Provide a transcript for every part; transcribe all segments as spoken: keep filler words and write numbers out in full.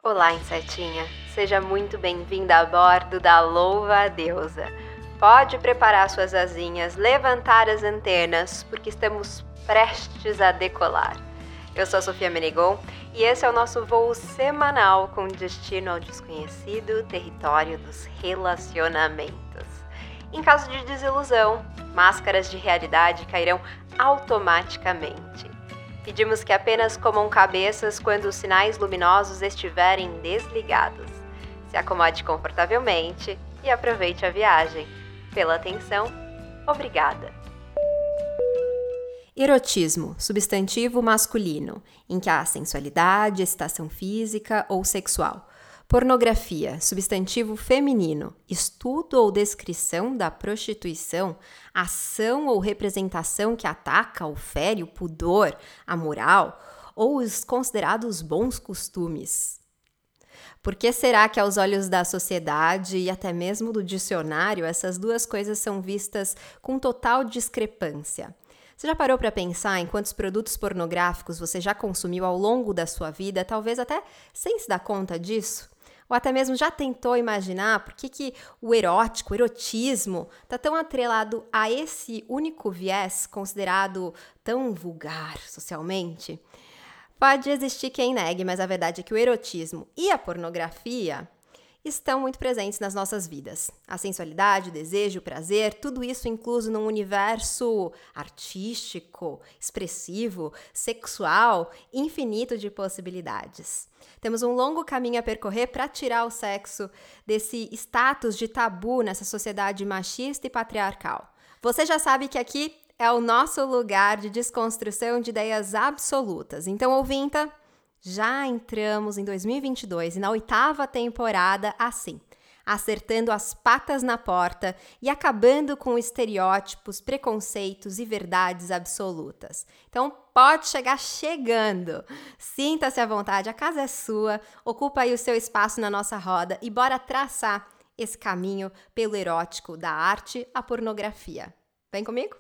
Olá, insetinha! Seja muito bem-vinda a bordo da Louva a Deusa. Pode preparar suas asinhas, levantar as antenas, porque estamos prestes a decolar. Eu sou a Sofia Menegon e esse é o nosso voo semanal com destino ao desconhecido território dos relacionamentos. Em caso de desilusão, máscaras de realidade cairão automaticamente. Pedimos que apenas comam cabeças quando os sinais luminosos estiverem desligados. Se acomode confortavelmente e aproveite a viagem. Pela atenção, obrigada. Erotismo, substantivo masculino, em que há sensualidade, excitação física ou sexual. Pornografia, substantivo feminino, estudo ou descrição da prostituição, ação ou representação que ataca ou fere o pudor, a moral ou os considerados bons costumes. Por que será que aos olhos da sociedade e até mesmo do dicionário essas duas coisas são vistas com total discrepância? Você já parou para pensar em quantos produtos pornográficos você já consumiu ao longo da sua vida, talvez até sem se dar conta disso? Ou até mesmo já tentou imaginar por que, que o erótico, o erotismo, está tão atrelado a esse único viés considerado tão vulgar socialmente? Pode existir quem negue, mas a verdade é que o erotismo e a pornografia estão muito presentes nas nossas vidas. A sensualidade, o desejo, o prazer, tudo isso incluso num universo artístico, expressivo, sexual, infinito de possibilidades. Temos um longo caminho a percorrer para tirar o sexo desse status de tabu nessa sociedade machista e patriarcal. Você já sabe que aqui é o nosso lugar de desconstrução de ideias absolutas. Então, ouvinta, já entramos em dois mil e vinte e dois e na oitava temporada assim, acertando as patas na porta e acabando com estereótipos, preconceitos e verdades absolutas. Então pode chegar chegando, sinta-se à vontade, a casa é sua, ocupa aí o seu espaço na nossa roda e bora traçar esse caminho pelo erótico da arte à pornografia. Vem comigo?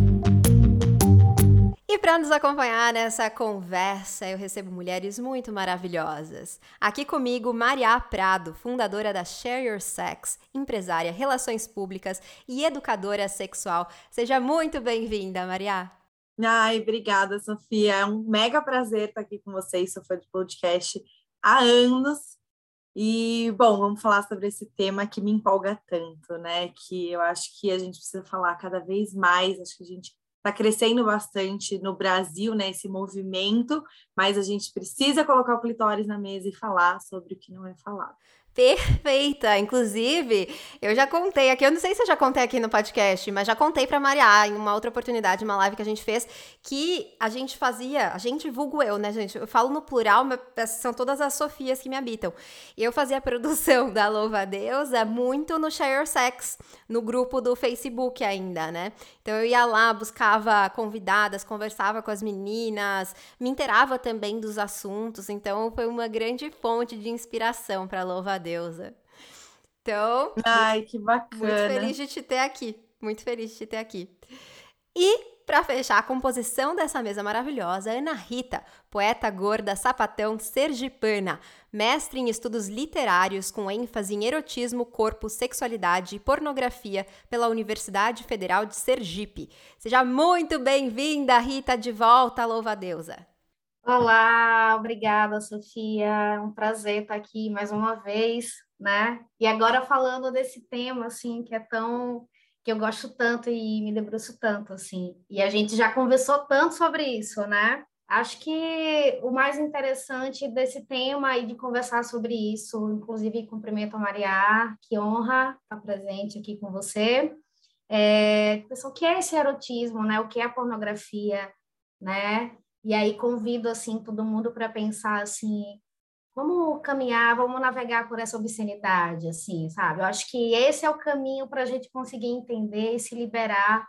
E para nos acompanhar nessa conversa, eu recebo mulheres muito maravilhosas. Aqui comigo, Maria Prado, fundadora da Share Your Sex, empresária, relações públicas e educadora sexual. Seja muito bem-vinda, Maria. Ai, obrigada, Sofia. É um mega prazer estar aqui com vocês. Sou fã de podcast há anos. E, bom, vamos falar sobre esse tema que me empolga tanto, né? Que eu acho que a gente precisa falar cada vez mais. Acho que a gente está crescendo bastante no Brasil, né, esse movimento, mas a gente precisa colocar o clitóris na mesa e falar sobre o que não é falado. Perfeita! Inclusive, eu já contei aqui, eu não sei se eu já contei aqui no podcast, mas já contei pra Maria em uma outra oportunidade, uma live que a gente fez, que a gente fazia, a gente vulgo eu, né, gente? Eu falo no plural, mas são todas as Sofias que me habitam. Eu fazia a produção da Louva a Deusa muito no Share Your Sex, no grupo do Facebook ainda, né? Então eu ia lá, buscava convidadas, conversava com as meninas, me inteirava também dos assuntos, então foi uma grande fonte de inspiração pra Louva a Deusa. Então, ai, muito, que bacana. Muito feliz de te ter aqui. Muito feliz de te ter aqui. E, para fechar a composição dessa mesa maravilhosa, Ana Rita, poeta gorda, sapatão, sergipana, mestre em estudos literários com ênfase em erotismo, corpo, sexualidade e pornografia pela Universidade Federal de Sergipe. Seja muito bem-vinda, Rita, de volta à Louva a Deusa. Olá, obrigada, Sofia. É um prazer estar aqui mais uma vez, né? E agora falando desse tema, assim, que é tão... que eu gosto tanto e me debruço tanto, assim. E a gente já conversou tanto sobre isso, né? Acho que o mais interessante desse tema e de conversar sobre isso, inclusive cumprimento a Maria, que honra estar presente aqui com você. É, o que é esse erotismo, né? O que é a pornografia, né? E aí convido, assim, todo mundo para pensar, assim, vamos caminhar, vamos navegar por essa obscenidade, assim, sabe? Eu acho que esse é o caminho para a gente conseguir entender e se liberar.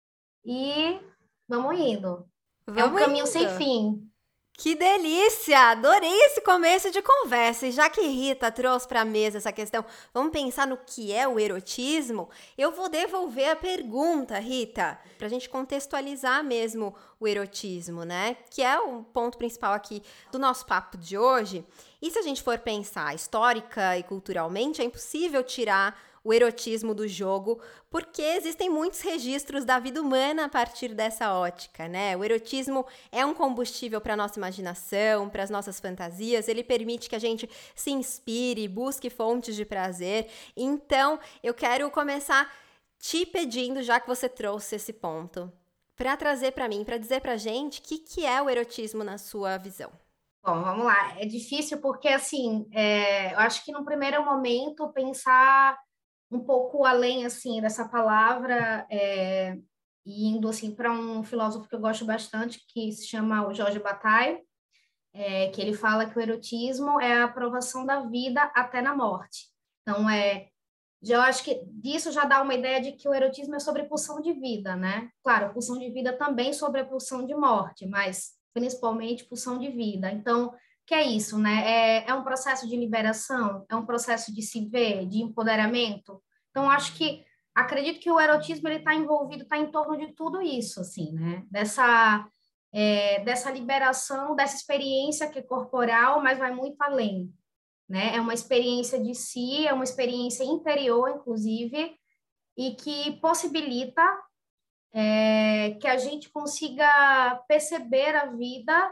E vamos indo. Vamos é um caminho indo. sem fim. Que delícia! Adorei esse começo de conversa. E já que Rita trouxe para a mesa essa questão, vamos pensar no que é o erotismo? Eu vou devolver a pergunta, Rita, para a gente contextualizar mesmo o erotismo, né? Que é o ponto principal aqui do nosso papo de hoje. E se a gente for pensar histórica e culturalmente, é impossível tirar o erotismo do jogo, porque existem muitos registros da vida humana a partir dessa ótica, né? O erotismo é um combustível para a nossa imaginação, para as nossas fantasias, ele permite que a gente se inspire, busque fontes de prazer. Então, eu quero começar te pedindo, já que você trouxe esse ponto, para trazer para mim, para dizer para a gente o que, que é o erotismo na sua visão. Bom, vamos lá. É difícil porque, assim, é, eu acho que no primeiro momento pensar um pouco além, assim, dessa palavra, é, e indo, assim, para um filósofo que eu gosto bastante, que se chama o Georges Bataille, é, que ele fala que o erotismo é a aprovação da vida até na morte. Então, é, eu acho que disso já dá uma ideia de que o erotismo é sobre pulsão de vida, né? Claro, pulsão de vida também sobre a pulsão de morte, mas principalmente pulsão de vida. Então, que é isso, né? É, é um processo de liberação, é um processo de se ver, de empoderamento. Então, acho que, acredito que o erotismo, ele está envolvido, está em torno de tudo isso, assim, né? Dessa, é, dessa liberação, dessa experiência que é corporal, mas vai muito além, né? É uma experiência de si, é uma experiência interior, inclusive, e que possibilita é, que a gente consiga perceber a vida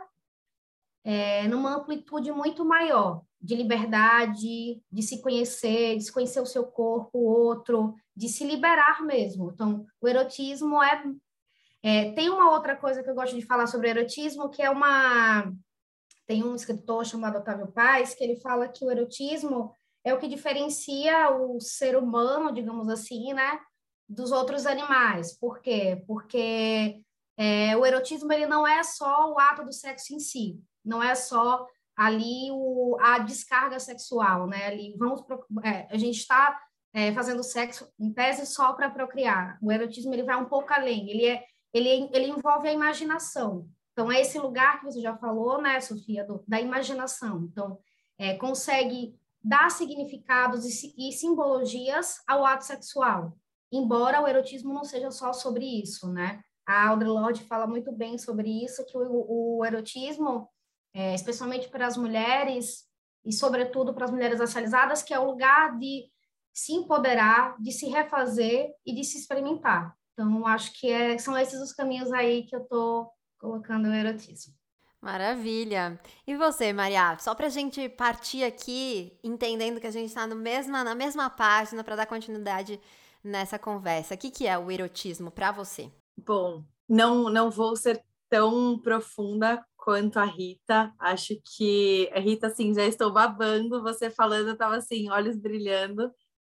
é, numa amplitude muito maior, de liberdade, de se conhecer, de se conhecer o seu corpo, o outro, de se liberar mesmo. Então, o erotismo é, é... Tem uma outra coisa que eu gosto de falar sobre erotismo, que é uma... Tem um escritor chamado Otávio Paz, que ele fala que o erotismo é o que diferencia o ser humano, digamos assim, né, dos outros animais. Por quê? Porque é, o erotismo, ele não é só o ato do sexo em si, não é só ali o, a descarga sexual, né? Ali, vamos, é, a gente está é, fazendo sexo, em tese, só para procriar. O erotismo, ele vai um pouco além, ele, é, ele, ele envolve a imaginação. Então, é esse lugar que você já falou, né, Sofia, do, da imaginação. Então, é, consegue dar significados e, e simbologias ao ato sexual, embora o erotismo não seja só sobre isso, né? A Audre Lorde fala muito bem sobre isso, que o, o erotismo, é, especialmente para as mulheres, e sobretudo para as mulheres racializadas, que é o lugar de se empoderar, de se refazer e de se experimentar. Então, acho que é, são esses os caminhos aí que eu estou colocando o erotismo. Maravilha! E você, Maria? Só para a gente partir aqui, entendendo que a gente está na mesma página para dar continuidade nessa conversa. O que, que é o erotismo para você? Bom, não, não vou ser tão profunda quanto a Rita. Acho que a Rita, assim, já estou babando. Você falando, eu estava assim, olhos brilhando.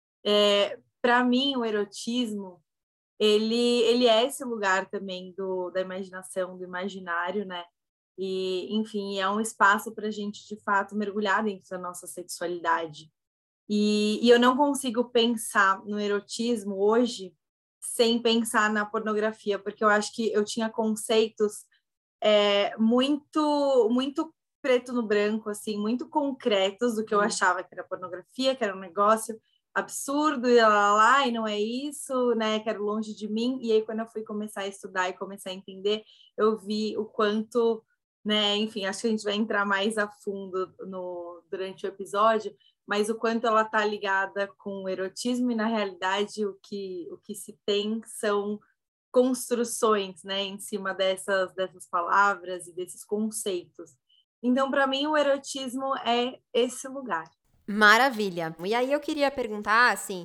É, para mim, o erotismo, ele, ele é esse lugar também do, da imaginação, do imaginário, né? E, enfim, é um espaço para a gente, de fato, mergulhar dentro da nossa sexualidade. E, e eu não consigo pensar no erotismo hoje sem pensar na pornografia, porque eu acho que eu tinha conceitos é, muito, muito preto no branco, assim, muito concretos do que eu achava que era pornografia, que era um negócio absurdo, e lá, lá, lá, e não é isso, né, quero longe de mim. E aí, quando eu fui começar a estudar e começar a entender, eu vi o quanto, né, enfim, acho que a gente vai entrar mais a fundo no, durante o episódio, mas o quanto ela está ligada com o erotismo, e na realidade o que, o que se tem são construções, né, em cima dessas, dessas palavras e desses conceitos. Então, para mim, o erotismo é esse lugar. Maravilha! E aí eu queria perguntar, assim,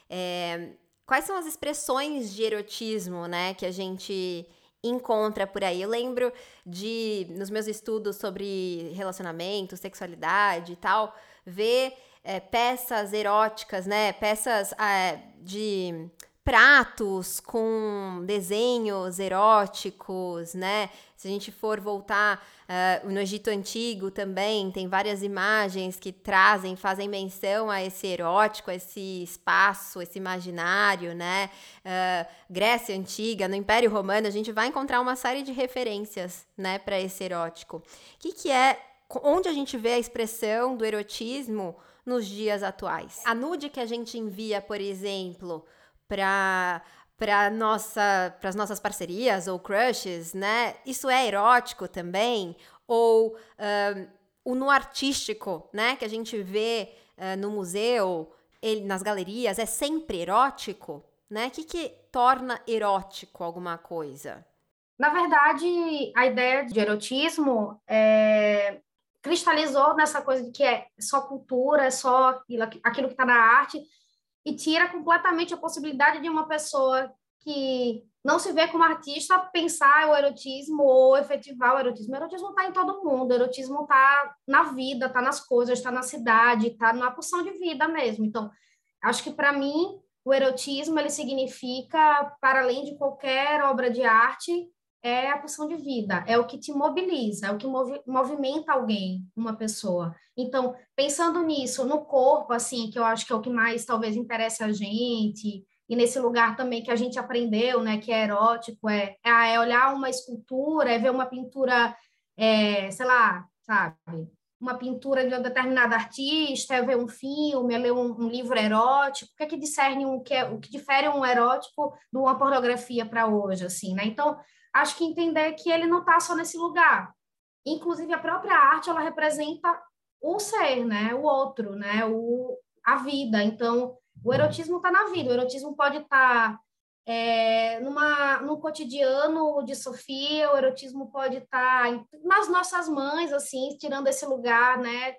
é, quais são as expressões de erotismo, né, que a gente encontra por aí? Eu lembro de, nos meus estudos sobre relacionamento, sexualidade e tal, ver é, peças eróticas, né, peças é, de pratos com desenhos eróticos, né? Se a gente for voltar uh, no Egito Antigo também, tem várias imagens que trazem, fazem menção a esse erótico, a esse espaço, esse imaginário, né? Uh, Grécia Antiga, no Império Romano, a gente vai encontrar uma série de referências, né, para esse erótico. O que, que é, onde a gente vê a expressão do erotismo nos dias atuais? A nude que a gente envia, por exemplo, para para nossa, para as nossas parcerias ou crushes, né? Isso é erótico também? Ou uh, o no artístico, né, que a gente vê uh, no museu, ele, nas galerias, é sempre erótico, né? O que que torna erótico alguma coisa? Na verdade, a ideia de erotismo é, cristalizou nessa coisa de que é só cultura, é só aquilo, aquilo que está na arte, e tira completamente a possibilidade de uma pessoa que não se vê como artista pensar o erotismo ou efetivar o erotismo. O erotismo está em todo mundo, o erotismo está na vida, está nas coisas, está na cidade, está na pulsão de vida mesmo. Então, acho que para mim o erotismo ele significa, para além de qualquer obra de arte, é a pulsão de vida, é o que te mobiliza, é o que movi movimenta alguém, uma pessoa. Então, pensando nisso, no corpo, assim, que eu acho que é o que mais talvez interessa a gente, e nesse lugar também que a gente aprendeu, né, que é erótico, é, é olhar uma escultura, é ver uma pintura, é, sei lá, sabe, uma pintura de um determinado artista, é ver um filme, é ler um, um livro erótico, o que é que discerne um, que é, o que difere um erótico de uma pornografia para hoje, assim, né? Então, acho que entender que ele não está só nesse lugar. Inclusive, a própria arte, ela representa o ser, né? O outro, né? O, a vida. Então, o erotismo está na vida. O erotismo pode estar tá, é, numa, no cotidiano de Sofia, o erotismo pode estar tá nas nossas mães, assim, tirando esse lugar, né?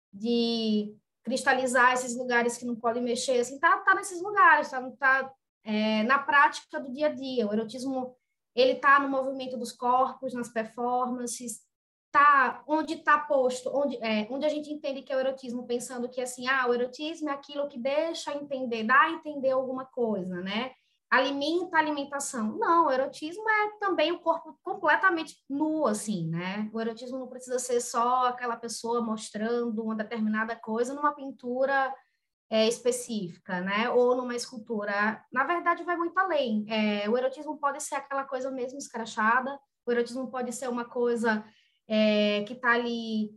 De cristalizar esses lugares que não podem mexer, assim, tá, tá nesses lugares, tá, tá é, na prática do dia a dia. O erotismo ele está no movimento dos corpos, nas performances, tá onde está posto, onde, é, onde a gente entende que é o erotismo, pensando que assim, ah, o erotismo é aquilo que deixa entender, dá a entender alguma coisa, né? Alimenta a alimentação. Não, o erotismo é também o corpo completamente nu, assim, né? O erotismo não precisa ser só aquela pessoa mostrando uma determinada coisa numa pintura é, específica, né? Ou numa escultura. Na verdade, vai muito além. É, o erotismo pode ser aquela coisa mesmo escrachada, o erotismo pode ser uma coisa é, que está ali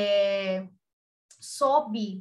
é, sob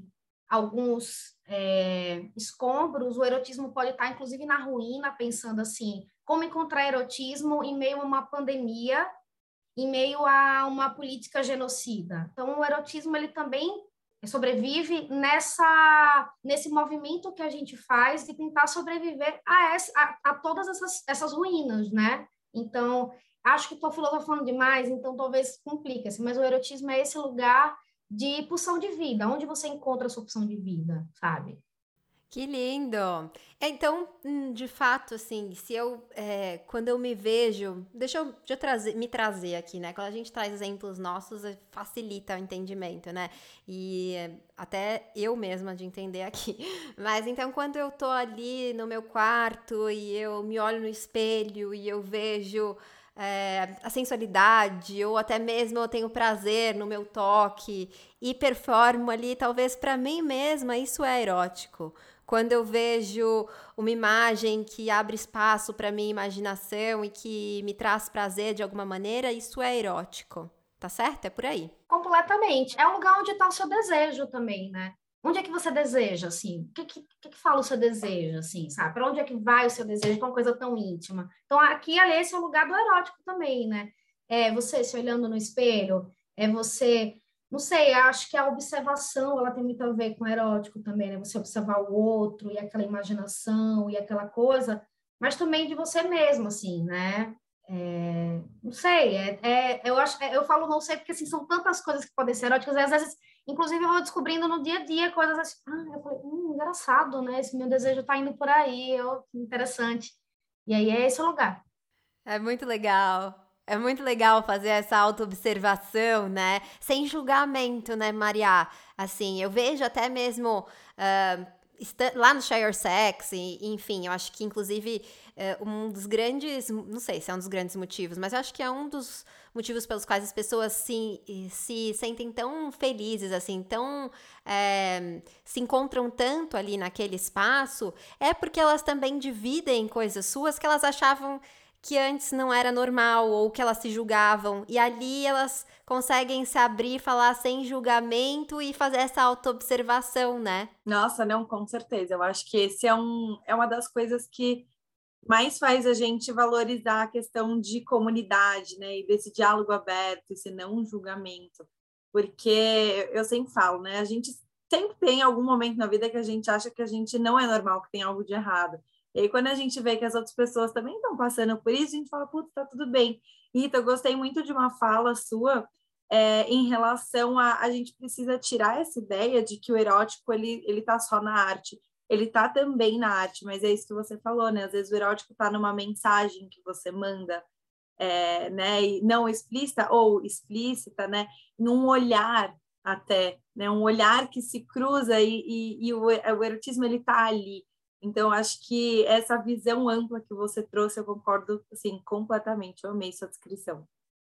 alguns é, escombros, o erotismo pode estar, inclusive, na ruína, pensando assim, como encontrar erotismo em meio a uma pandemia, em meio a uma política genocida. Então, o erotismo, ele também sobrevive nessa, nesse movimento que a gente faz de tentar sobreviver a, essa, a, a todas essas, essas ruínas, né? Então, acho que estou filosofando demais, então talvez complique-se, mas o erotismo é esse lugar de pulsão de vida, onde você encontra a sua pulsão de vida, sabe? Que lindo! Então, de fato, assim, se eu, é, quando eu me vejo, deixa eu, deixa eu trazer, me trazer aqui, né? Quando a gente traz exemplos nossos, facilita o entendimento, né? E até eu mesma de entender aqui. Mas então, quando eu tô ali no meu quarto e eu me olho no espelho e eu vejo é, a sensualidade, ou até mesmo eu tenho prazer no meu toque e performo ali, talvez para mim mesma, isso é erótico. Quando eu vejo uma imagem que abre espaço para minha imaginação e que me traz prazer de alguma maneira, isso é erótico. Tá certo? É por aí. Completamente. É um lugar onde está o seu desejo também, né? Onde é que você deseja, assim? O que, que, que fala o seu desejo, assim, sabe? Para onde é que vai o seu desejo? Que é uma coisa tão íntima. Então, aqui, ali, esse é o lugar do erótico também, né? É você se olhando no espelho, é você... Não sei, acho que a observação, ela tem muito a ver com o erótico também, né? Você observar o outro e aquela imaginação e aquela coisa, mas também de você mesmo, assim, né? É, não sei, é, é, eu, acho, é, eu falo não sei porque assim, são tantas coisas que podem ser eróticas, e às vezes, inclusive, eu vou descobrindo no dia a dia coisas assim, ah, eu falei, hum, engraçado, né? Esse meu desejo tá indo por aí, eu, interessante. E aí é esse o lugar. É muito legal. É muito legal fazer essa autoobservação, né? Sem julgamento, né, Maria? Assim, eu vejo até mesmo uh, lá no Share Your Sex, e, enfim, eu acho que, inclusive, uh, um dos grandes, não sei se é um dos grandes motivos, mas eu acho que é um dos motivos pelos quais as pessoas se, se sentem tão felizes, assim, tão... É, se encontram tanto ali naquele espaço, é porque elas também dividem coisas suas que elas achavam que antes não era normal, ou que elas se julgavam, e ali elas conseguem se abrir, falar sem julgamento e fazer essa autoobservação, né? Nossa, não, com certeza. Eu acho que esse é, um, é uma das coisas que mais faz a gente valorizar a questão de comunidade, né? E desse diálogo aberto, esse não julgamento. porque eu sempre falo, né? A gente sempre tem algum momento na vida que a gente acha que a gente não é normal, que tem algo de errado. E aí, quando a gente vê que as outras pessoas também estão passando por isso, a gente fala, putz, tá tudo bem. Rita, eu gostei muito de uma fala sua é, em relação a a gente precisa tirar essa ideia de que o erótico, ele, ele tá só na arte. Ele tá também na arte, mas é isso que você falou, né? Às vezes o erótico tá numa mensagem que você manda, é, né? E não explícita ou explícita, né? Num olhar até, né? Um olhar que se cruza e, e, e o, o erotismo, ele tá ali. Então, acho que essa visão ampla que você trouxe, eu concordo, assim, completamente. Eu amei sua descrição.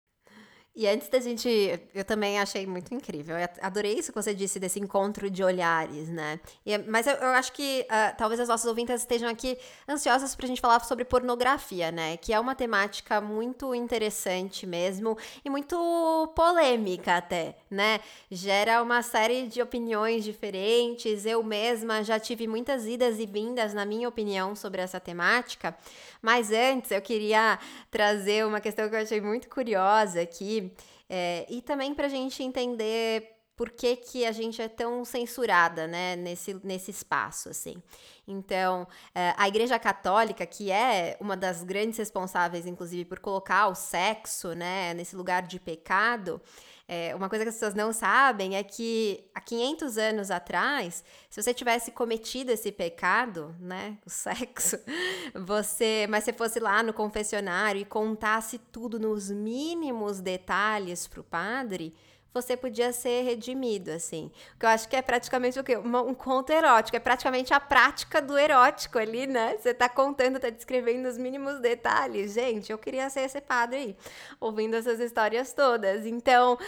E antes da gente, eu também achei muito incrível. Eu adorei isso que você disse desse encontro de olhares, né? E, mas eu, eu acho que uh, talvez as nossas ouvintes estejam aqui ansiosas pra gente falar sobre pornografia, né? Que é uma temática muito interessante mesmo e muito polêmica até, né? Gera uma série de opiniões diferentes. Eu mesma já tive muitas idas e vindas, na minha opinião, sobre essa temática. Mas antes eu queria trazer uma questão que eu achei muito curiosa aqui, é, e também para a gente entender por que, que a gente é tão censurada, né, nesse, nesse espaço, assim. Então, é, a Igreja Católica, que é uma das grandes responsáveis, inclusive, por colocar o sexo, né, nesse lugar de pecado, é, uma coisa que as pessoas não sabem é que há quinhentos anos atrás, se você tivesse cometido esse pecado, né, o sexo, você, mas você fosse lá no confessionário e contasse tudo nos mínimos detalhes pro padre, você podia ser redimido, assim. O que eu acho que é praticamente o quê? Um, um conto erótico. É praticamente a prática do erótico ali, né? Você tá contando, tá descrevendo os mínimos detalhes. Gente, eu queria ser esse padre aí, ouvindo essas histórias todas. Então,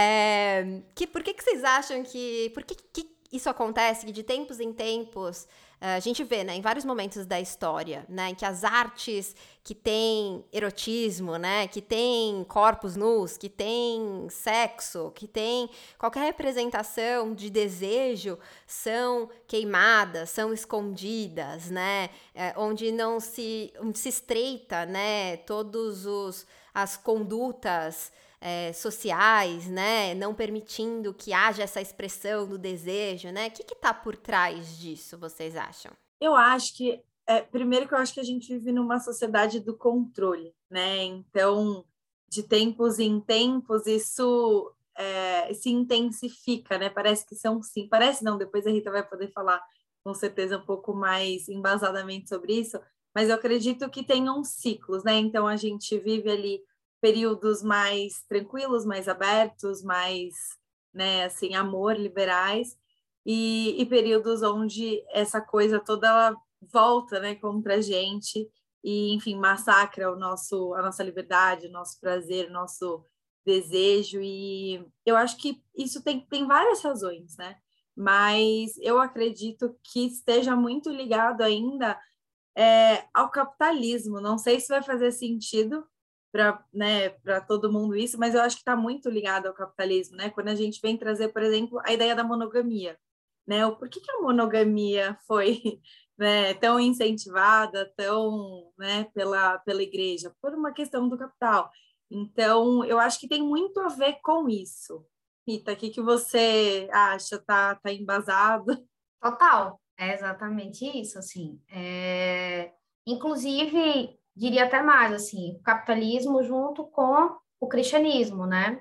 é, que, por que, que vocês acham que... Por que, que isso acontece? Que de tempos em tempos... Uh, a gente vê, né, em vários momentos da história, né, em que as artes que têm erotismo, né, que têm corpos nus, que têm sexo, que têm qualquer representação de desejo, são queimadas, são escondidas, né, é, onde não se, onde se estreita, né, todos os as condutas É, sociais, né, não permitindo que haja essa expressão do desejo, né? O que está por trás disso, vocês acham? Eu acho que, é, primeiro que eu acho que a gente vive numa sociedade do controle, né? Então, de tempos em tempos, isso é, se intensifica, né? Parece que são sim, parece não, depois a Rita vai poder falar com certeza um pouco mais embasadamente sobre isso, mas eu acredito que tenham ciclos, né? Então, a gente vive ali períodos mais tranquilos, mais abertos, mais, né, assim, amor, liberais, e, e períodos onde essa coisa toda ela volta, né, contra a gente e, enfim, massacra o nosso, a nossa liberdade, o nosso prazer, o nosso desejo, e eu acho que isso tem, tem várias razões, né? Mas eu acredito que esteja muito ligado ainda é, ao capitalismo. Não sei se vai fazer sentido para, né, para todo mundo isso, mas eu acho que está muito ligado ao capitalismo, né? Quando a gente vem trazer, por exemplo, a ideia da monogamia, né? O por que, que a monogamia foi, né, tão incentivada, tão, né, pela, pela igreja? Por uma questão do capital. Então, eu acho que tem muito a ver com isso. Rita, o que, que você acha? Tá, tá embasado? Total, é exatamente isso, assim. É... Inclusive, diria até mais, assim, o capitalismo junto com o cristianismo, né?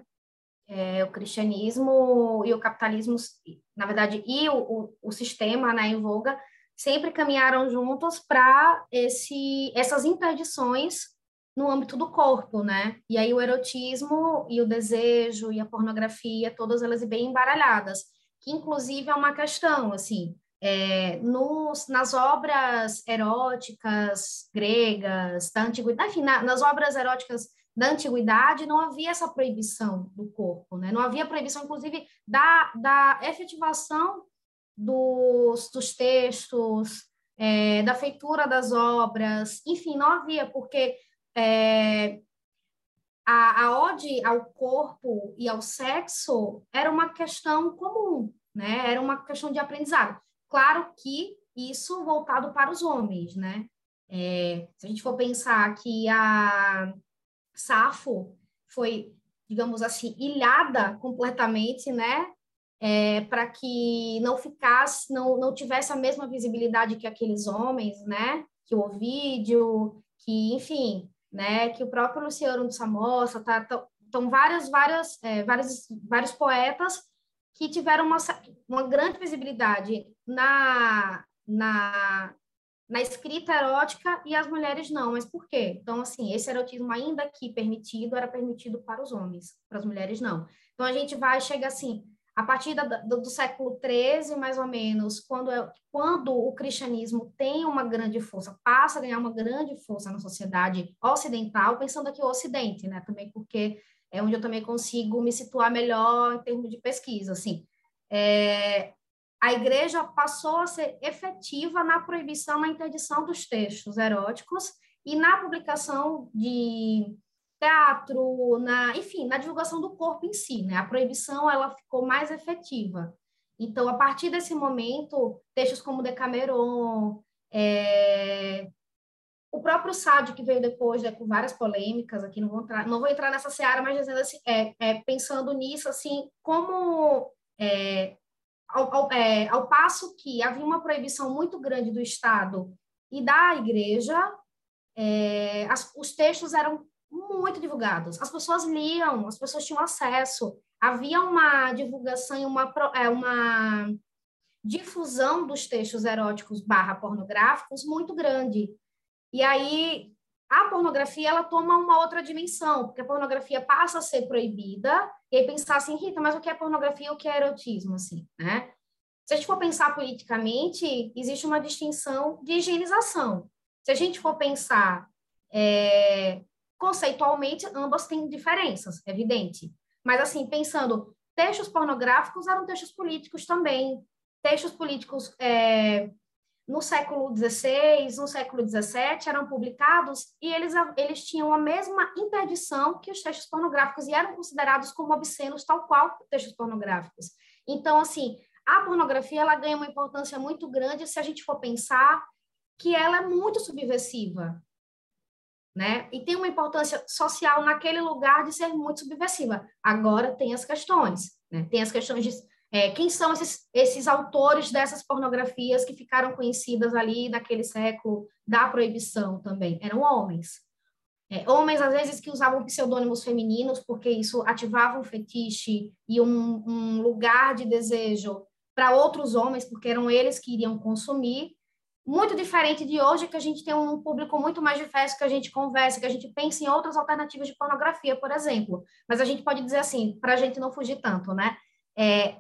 É, o cristianismo e o capitalismo, na verdade, e o, o, o sistema, né, em voga, sempre caminharam juntos para esse essas interdições no âmbito do corpo, né? E aí o erotismo e o desejo e a pornografia, todas elas bem embaralhadas, que inclusive é uma questão, assim, é, nos, nas obras eróticas gregas da antiguidade, enfim, na, nas obras eróticas da antiguidade não havia essa proibição do corpo, né? Não havia proibição, inclusive, da, da efetivação dos, dos textos, é, da feitura das obras, enfim, não havia, porque é, a, a ode ao corpo e ao sexo era uma questão comum, né? Era uma questão de aprendizado. Claro que isso voltado para os homens, né? É, se a gente for pensar que a Safo foi digamos assim, ilhada completamente, né? É, para que não ficasse, não, não tivesse a mesma visibilidade que aqueles homens, né? Que o Ovídio, que, enfim, né? Que o próprio Luciano de Samosata, tá, tá, então várias, várias, é, vários, vários poetas que tiveram uma, uma grande visibilidade na, na, na escrita erótica e as mulheres não. Mas por quê? Então, assim, esse erotismo ainda que permitido, era permitido para os homens, para as mulheres não. Então, a gente vai, chega assim, a partir da, do, do século treze, mais ou menos, quando, é, quando o cristianismo tem uma grande força, passa a ganhar uma grande força na sociedade ocidental, pensando aqui o Ocidente, né? Também porque é onde eu também consigo me situar melhor em termos de pesquisa, assim. É, a igreja passou a ser efetiva na proibição, na interdição dos textos eróticos e na publicação de teatro, na, enfim, na divulgação do corpo em si, né? A proibição, ela ficou mais efetiva. Então, a partir desse momento, textos como Decameron, é, o próprio Sade, que veio depois, né, com várias polêmicas, aqui não vou entrar, não vou entrar nessa seara, mas dizendo assim, é, é, pensando nisso, assim, como é, ao, ao, é, ao passo que havia uma proibição muito grande do Estado e da Igreja, é, as, os textos eram muito divulgados, as pessoas liam, as pessoas tinham acesso, havia uma divulgação e uma, é, uma difusão dos textos eróticos barra pornográficos muito grande. E aí a pornografia ela toma uma outra dimensão, porque a pornografia passa a ser proibida, e aí pensar assim, Rita, mas o que é pornografia e o que é erotismo, assim, né? Se a gente for pensar politicamente, existe uma distinção de higienização. Se a gente for pensar é, conceitualmente, ambas têm diferenças, é evidente. Mas, assim, pensando, textos pornográficos eram textos políticos também. Textos políticos é, no século dezesseis, no século dezessete, eram publicados e eles, eles tinham a mesma interdição que os textos pornográficos e eram considerados como obscenos, tal qual textos pornográficos. Então, assim, a pornografia ela ganha uma importância muito grande se a gente for pensar que ela é muito subversiva, né? E tem uma importância social naquele lugar de ser muito subversiva. Agora tem as questões, né? Tem as questões de é, quem são esses, esses autores dessas pornografias que ficaram conhecidas ali naquele século da proibição também. Eram homens. É, homens, às vezes, que usavam pseudônimos femininos, porque isso ativava um fetiche e um, um lugar de desejo para outros homens, porque eram eles que iriam consumir. Muito diferente de hoje, que a gente tem um público muito mais diverso, que a gente conversa, que a gente pensa em outras alternativas de pornografia, por exemplo. Mas a gente pode dizer assim, para a gente não fugir tanto, né? É,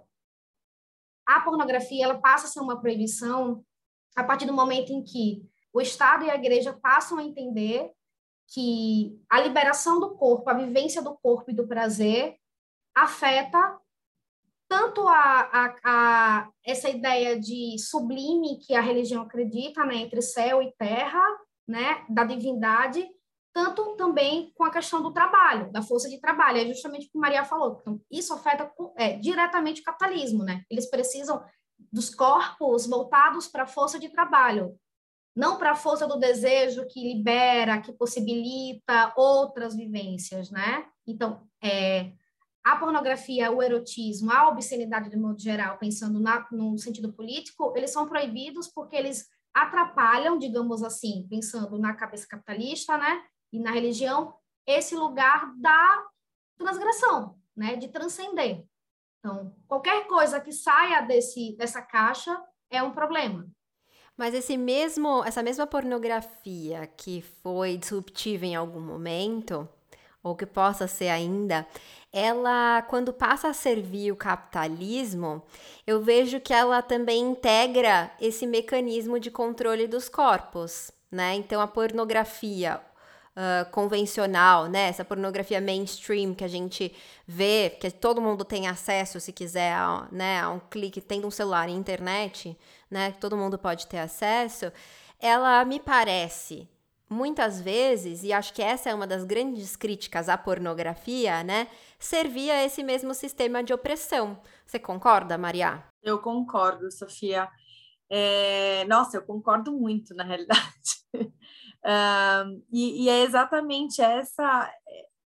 a pornografia ela passa a ser uma proibição a partir do momento em que o Estado e a Igreja passam a entender que a liberação do corpo, a vivência do corpo e do prazer afeta tanto a, a, a essa ideia de sublime que a religião acredita, né, entre céu e terra, né, da divindade, tanto também com a questão do trabalho, da força de trabalho. É justamente o que Maria falou. Então, isso afeta é, diretamente o capitalismo, né? Eles precisam dos corpos voltados para a força de trabalho, não para a força do desejo que libera, que possibilita outras vivências, né? Então, é, a pornografia, o erotismo, a obscenidade de modo geral, pensando na, no sentido político, eles são proibidos porque eles atrapalham, digamos assim, pensando na cabeça capitalista, né? E na religião, esse lugar da transgressão, né? De transcender. Então, qualquer coisa que saia desse, dessa caixa é um problema. Mas esse mesmo, essa mesma pornografia que foi disruptiva em algum momento, ou que possa ser ainda, ela, quando passa a servir o capitalismo, eu vejo que ela também integra esse mecanismo de controle dos corpos, né? Então, a pornografia uh, convencional, né? Essa pornografia mainstream que a gente vê, que todo mundo tem acesso, se quiser, a, né? A um clique, tendo um celular e internet, né? Todo mundo pode ter acesso. Ela me parece, muitas vezes, e acho que essa é uma das grandes críticas à pornografia, né? Servia esse mesmo sistema de opressão. Você concorda, Maria? Eu concordo, Sofia. É, nossa, eu concordo muito, na realidade. uh, e, e é exatamente essa,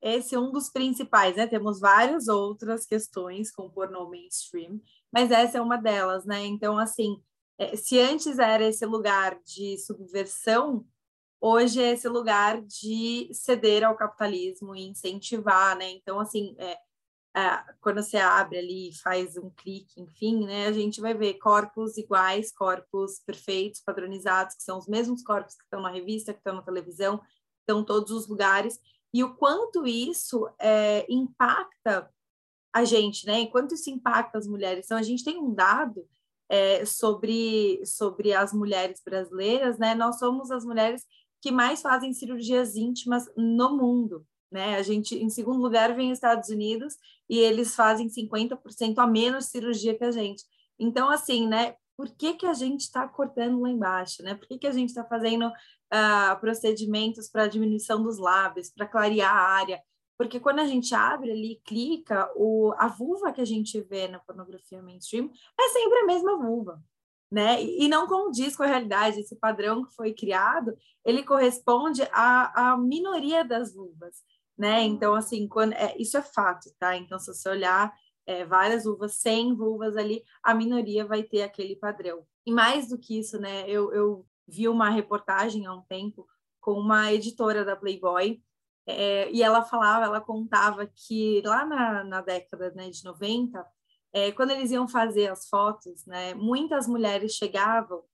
esse é um dos principais, né? Temos várias outras questões com pornô mainstream, mas essa é uma delas, né? Então, assim, se antes era esse lugar de subversão, hoje é esse lugar de ceder ao capitalismo e incentivar, né? Então, assim, é, é, quando você abre ali e faz um clique, enfim, né? A gente vai ver corpos iguais, corpos perfeitos, padronizados, que são os mesmos corpos que estão na revista, que estão na televisão, que estão em todos os lugares, e o quanto isso é, impacta a gente, né? Enquanto isso impacta as mulheres. Então, a gente tem um dado é, sobre, sobre as mulheres brasileiras, né? Nós somos as mulheres que mais fazem cirurgias íntimas no mundo, né? A gente, em segundo lugar, vem os Estados Unidos e eles fazem cinquenta por cento a menos cirurgia que a gente. Então, assim, né? Por que que a gente está cortando lá embaixo, né? Por que que a gente está fazendo uh, procedimentos para diminuição dos lábios, para clarear a área? Porque quando a gente abre ali, clica, o, a vulva que a gente vê na pornografia mainstream é sempre a mesma vulva, né? E, e não condiz com a realidade. Esse padrão que foi criado, ele corresponde à, à minoria das vulvas, né? Então, assim, quando, é, isso é fato, tá? Então, se você olhar é, várias vulvas, cem vulvas ali, a minoria vai ter aquele padrão. E mais do que isso, né? Eu, eu vi uma reportagem há um tempo com uma editora da Playboy, É, e ela falava, ela contava que lá na, na década, né, de noventa, é, quando eles iam fazer as fotos, né, muitas mulheres chegavam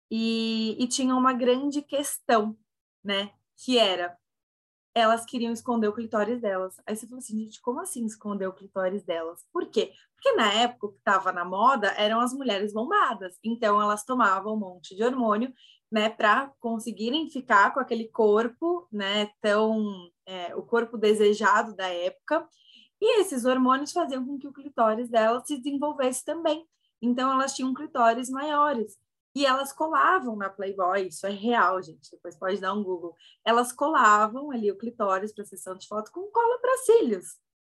e, e tinham uma grande questão, né, que era, elas queriam esconder o clitóris delas. Aí você falou assim, gente, como assim esconder o clitóris delas? Por quê? Porque na época o que estava na moda eram as mulheres bombadas, então elas tomavam um monte de hormônio, né, para conseguirem ficar com aquele corpo, né, tão é, o corpo desejado da época, e esses hormônios faziam com que o clitóris delas se desenvolvesse também. Então elas tinham clitóris maiores. E elas colavam na Playboy, isso é real, gente, depois pode dar um Google. Elas colavam ali o clitóris para sessão de foto com cola para cílios,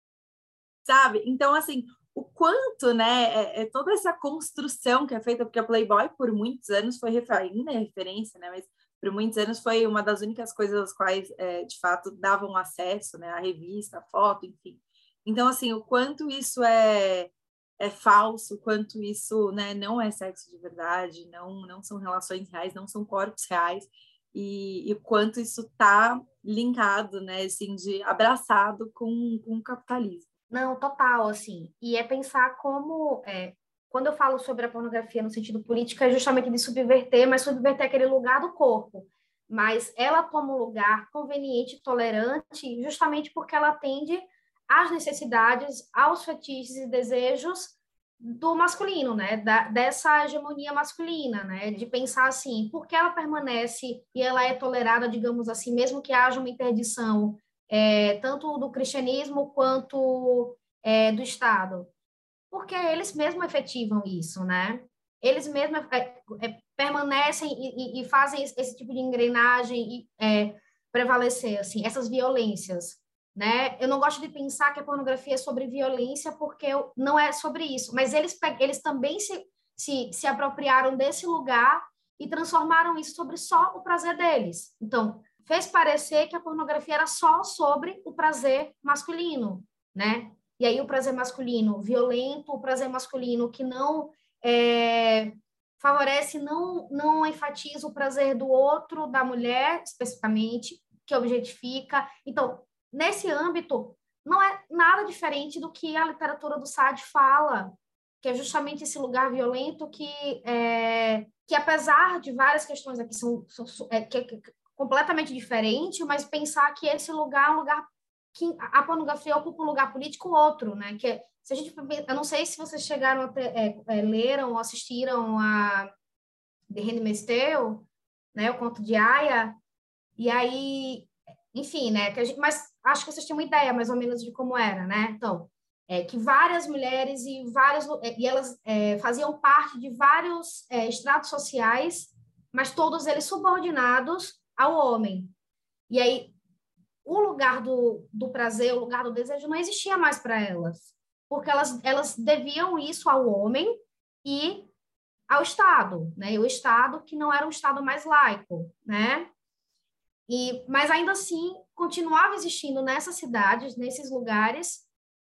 sabe? Então, assim, o quanto, né, é, é toda essa construção que é feita, porque a Playboy, por muitos anos, foi ainda é referência, né, mas por muitos anos foi uma das únicas coisas às quais, é, de fato, davam acesso, né, à revista, à foto, enfim. Então, assim, o quanto isso é é falso, quanto isso, né, não é sexo de verdade, não, não são relações reais, não são corpos reais, e, e quanto isso está linkado, né, assim, de abraçado com, com o capitalismo. Não, total, assim, e é pensar como, é, quando eu falo sobre a pornografia no sentido político, é justamente de subverter, mas subverter aquele lugar do corpo, mas ela toma um lugar conveniente, tolerante, justamente porque ela atende às necessidades, aos fetiches e desejos do masculino, né? Da, dessa hegemonia masculina, né? De pensar assim, por que ela permanece e ela é tolerada, digamos assim, mesmo que haja uma interdição, é, tanto do cristianismo quanto é, do Estado? Porque eles mesmos efetivam isso, né? Eles mesmos é, é, permanecem e, e, e fazem esse, esse tipo de engrenagem e, é, prevalecer, assim, essas violências, né? Eu não gosto de pensar que a pornografia é sobre violência, porque eu, não é sobre isso, mas eles, eles também se, se, se apropriaram desse lugar e transformaram isso sobre só o prazer deles. Então, fez parecer que a pornografia era só sobre o prazer masculino, né? E aí o prazer masculino violento, o prazer masculino que não é, favorece, não, não enfatiza o prazer do outro, da mulher, especificamente, que objetifica. Então, nesse âmbito, não é nada diferente do que a literatura do Sade fala, que é justamente esse lugar violento que, é, que apesar de várias questões aqui, são, são é, que é completamente diferente, mas pensar que esse lugar é um lugar que a pornografia ocupa um lugar político outro, né? Que é, se a gente, eu não sei se vocês chegaram a ter, é, é, leram ou assistiram a The Handmaid's Tale, né? O Conto de Aia, e aí, enfim, né? Que a gente, mas acho que vocês têm uma ideia mais ou menos de como era, né? Então, é, que várias mulheres e várias e elas é, faziam parte de vários é, estratos sociais, mas todos eles subordinados ao homem. E aí o lugar do, do prazer, o lugar do desejo não existia mais para elas, porque elas, elas deviam isso ao homem e ao Estado, né? E o Estado que não era um Estado mais laico, né? E, mas ainda assim, continuava existindo nessas cidades, nesses lugares,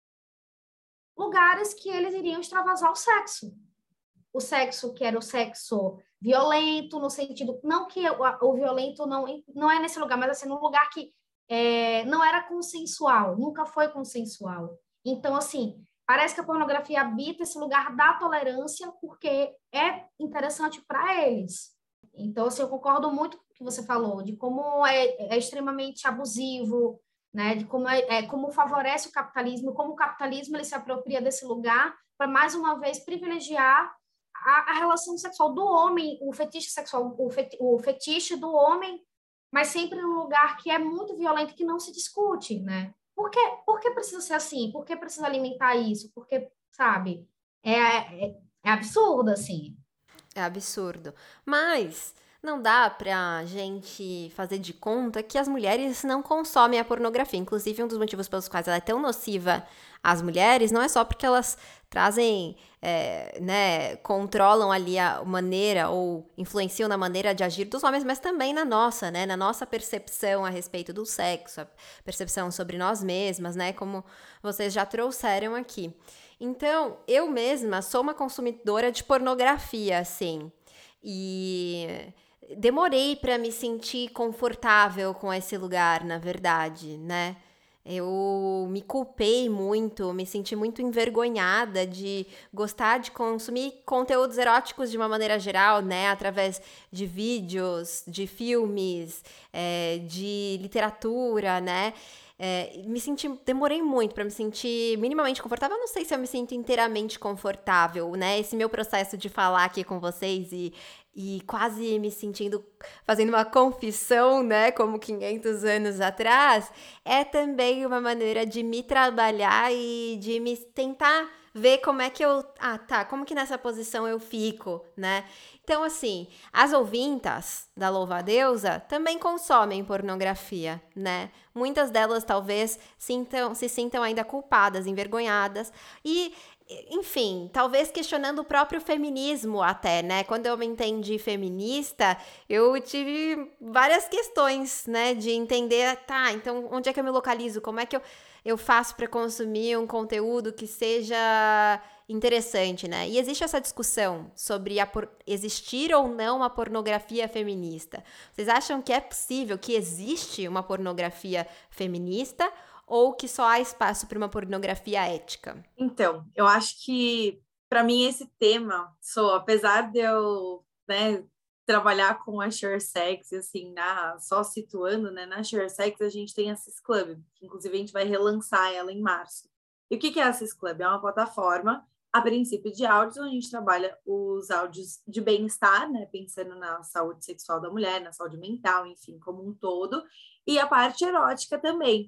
lugares que eles iriam extravasar o sexo. O sexo que era o sexo violento, no sentido, não que o, o violento não, não é nesse lugar, mas assim, num lugar que é, não era consensual, nunca foi consensual. Então, assim, parece que a pornografia habita esse lugar da tolerância porque é interessante para eles. Então, assim, eu concordo muito com o que você falou, de como é, é extremamente abusivo, né? De como, é, é, como favorece o capitalismo, como o capitalismo ele se apropria desse lugar para, mais uma vez, privilegiar a, a relação sexual do homem, o fetiche sexual, o, feti, o fetiche do homem, mas sempre num lugar que é muito violento, que não se discute, né? Por que, por que precisa ser assim? Por que precisa alimentar isso? Porque, sabe, é, é, é absurdo, assim. É absurdo. Mas não dá pra gente fazer de conta que as mulheres não consomem a pornografia. Inclusive, um dos motivos pelos quais ela é tão nociva às mulheres não é só porque elas trazem, é, né, controlam ali a maneira ou influenciam na maneira de agir dos homens, mas também na nossa, né, na nossa percepção a respeito do sexo, a percepção sobre nós mesmas, né, como vocês já trouxeram aqui. Então, eu mesma sou uma consumidora de pornografia, assim, e demorei para me sentir confortável com esse lugar, na verdade, né? Eu me culpei muito, me senti muito envergonhada de gostar de consumir conteúdos eróticos de uma maneira geral, né? Através de vídeos, de filmes, é, de literatura, né? É, me senti, demorei muito para me sentir minimamente confortável. Eu não sei se eu me sinto inteiramente confortável, né? Esse meu processo de falar aqui com vocês e, e quase me sentindo, fazendo uma confissão, né? Como quinhentos anos atrás, é também uma maneira de me trabalhar e de me tentar ver como é que eu... Ah, tá, como que nessa posição eu fico, né? Então, assim, as ouvintas da Louva-a-Deusa também consomem pornografia, né? Muitas delas talvez sintam, se sintam ainda culpadas, envergonhadas e, enfim, talvez questionando o próprio feminismo até, né? Quando eu me entendi feminista, eu tive várias questões, né? De entender, tá, então onde é que eu me localizo? Como é que eu, eu faço para consumir um conteúdo que seja interessante, né? E existe essa discussão sobre a por... existir ou não uma pornografia feminista. Vocês acham que é possível, que existe uma pornografia feminista ou que só há espaço para uma pornografia ética? Então, eu acho que, para mim, esse tema, sou, apesar de eu, né, trabalhar com a ShareSex, assim, na, só situando, né, na ShareSex a gente tem a Cis Club, que inclusive a gente vai relançar ela em março. E o que é a Cis Club? É uma plataforma, a princípio, de áudios, onde a gente trabalha os áudios de bem-estar, né, pensando na saúde sexual da mulher, na saúde mental, enfim, como um todo, e a parte erótica também.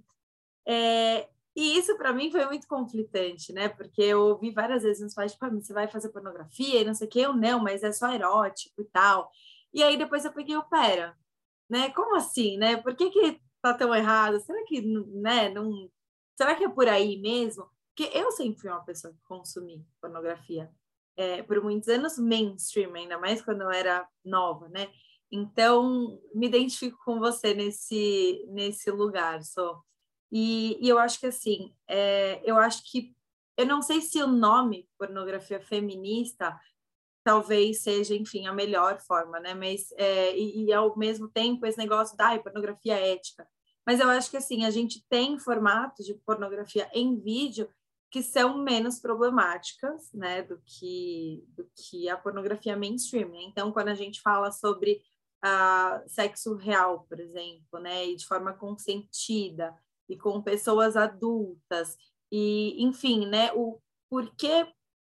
É, e isso para mim foi muito conflitante, né? Porque eu ouvi várias vezes nos pais, tipo, você vai fazer pornografia e não sei o que, eu não, mas é só erótico e tal. E aí depois eu peguei o pera, né? Como assim, né? Por que que tá tão errado? Será que, né, não... Será que é por aí mesmo? Porque eu sempre fui uma pessoa que consumi pornografia. É, por muitos anos mainstream, ainda mais quando eu era nova, né? Então, me identifico com você nesse, nesse lugar, só. E, e eu acho que, assim, é, eu acho que, eu não sei se o nome pornografia feminista talvez seja, enfim, a melhor forma, né? Mas, é, e, e ao mesmo tempo, esse negócio da ah, pornografia ética. Mas eu acho que, assim, a gente tem formatos de pornografia em vídeo que são menos problemáticas, né, do que, do que a pornografia mainstream. Né? Então, quando a gente fala sobre uh, sexo real, por exemplo, né, e de forma consentida, e com pessoas adultas, e, enfim, né, o porquê,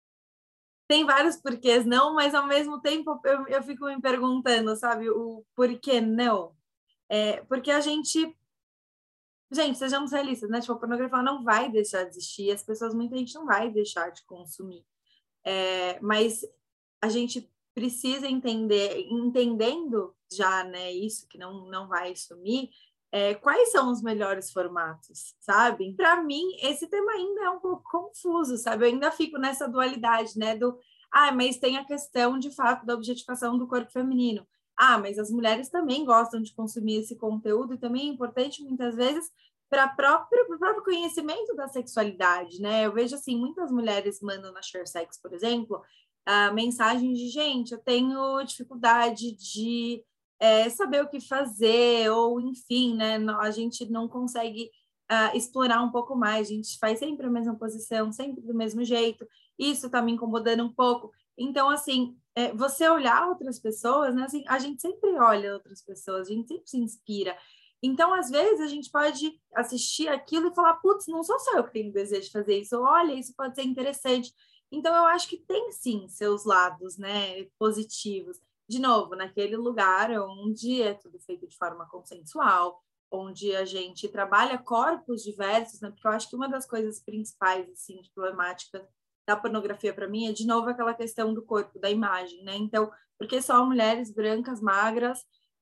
tem vários porquês não, mas ao mesmo tempo eu, eu fico me perguntando, sabe, o porquê não? É, porque a gente, gente, sejamos realistas, né, tipo, a pornografia não vai deixar de existir, as pessoas, muita gente não vai deixar de consumir, é, mas a gente precisa entender, entendendo já, né, isso que não, não vai sumir, É, quais são os melhores formatos, sabe? Para mim, esse tema ainda é um pouco confuso, sabe? Eu ainda fico nessa dualidade, né? Do, ah, mas tem a questão, de fato, da objetificação do corpo feminino. Ah, mas as mulheres também gostam de consumir esse conteúdo e também é importante, muitas vezes, para o próprio conhecimento da sexualidade, né? Eu vejo, assim, muitas mulheres mandam na ShareSex, por exemplo, uh, mensagens de, gente, eu tenho dificuldade de é, saber o que fazer, ou, enfim, né? A gente não consegue uh, explorar um pouco mais, a gente faz sempre a mesma posição, sempre do mesmo jeito, isso está me incomodando um pouco. Então, assim, é, você olhar outras pessoas, né? Assim, a gente sempre olha outras pessoas, a gente sempre se inspira. Então, às vezes, a gente pode assistir aquilo e falar, putz, não sou só eu que tenho desejo de fazer isso, olha, isso pode ser interessante. Então, eu acho que tem, sim, seus lados, né, positivos. De novo, naquele lugar onde é tudo feito de forma consensual, onde a gente trabalha corpos diversos, né, porque eu acho que uma das coisas principais, assim, de problemática da pornografia para mim é, de novo, aquela questão do corpo, da imagem, né? Então, porque só mulheres brancas, magras,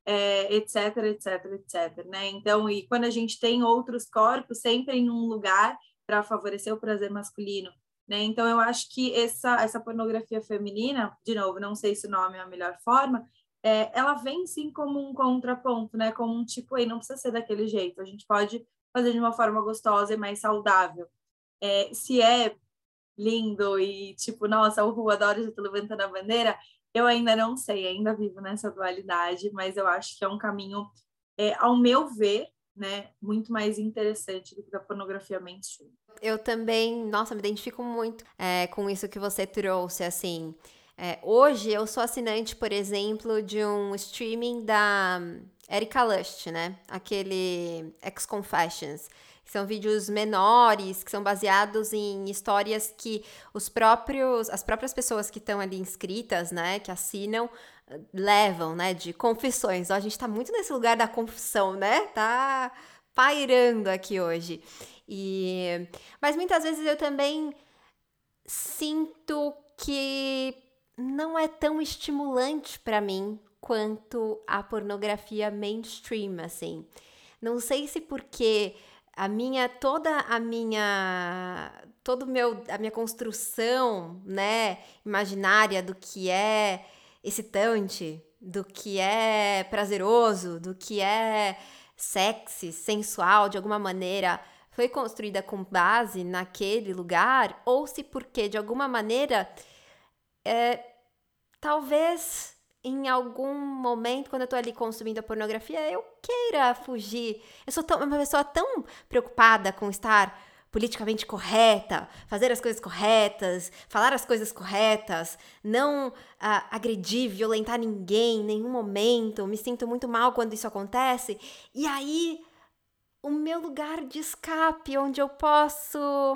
é, etc, etc, etc, né? Então, e quando a gente tem outros corpos sempre em um lugar para favorecer o prazer masculino, né? Então, eu acho que essa, essa pornografia feminina, de novo, não sei se o nome é a melhor forma, é, ela vem sim como um contraponto, né? Como um tipo, aí não precisa ser daquele jeito, a gente pode fazer de uma forma gostosa e mais saudável. É, se é lindo e tipo, nossa, o Ru, adoro, já tô levantando a bandeira, eu ainda não sei, ainda vivo nessa dualidade, mas eu acho que é um caminho, é, ao meu ver, né, muito mais interessante do que a pornografia mainstream. Eu também, nossa, me identifico muito é, com isso que você trouxe, assim. É, hoje eu sou assinante, por exemplo, de um streaming da Erika Lust, né? Aquele Ex-Confessions. São vídeos menores, que são baseados em histórias que os próprios, as próprias pessoas que estão ali inscritas, né, que assinam, levam, né, de confissões. Ó, a gente tá muito nesse lugar da confissão, né? Tá pairando aqui hoje. E, mas muitas vezes eu também sinto que não é tão estimulante para mim quanto a pornografia mainstream, assim. Não sei se porque a minha toda a minha todo meu a minha construção, né, imaginária do que é excitante, do que é prazeroso, do que é sexy, sensual de alguma maneira, foi construída com base naquele lugar, ou se porque de alguma maneira é, talvez em algum momento, quando eu tô ali consumindo a pornografia, eu queira fugir. Eu sou tão, uma pessoa tão preocupada com estar politicamente correta, fazer as coisas corretas, falar as coisas corretas, não ah, agredir, violentar ninguém em nenhum momento. Me sinto muito mal quando isso acontece. E aí, o meu lugar de escape, onde eu posso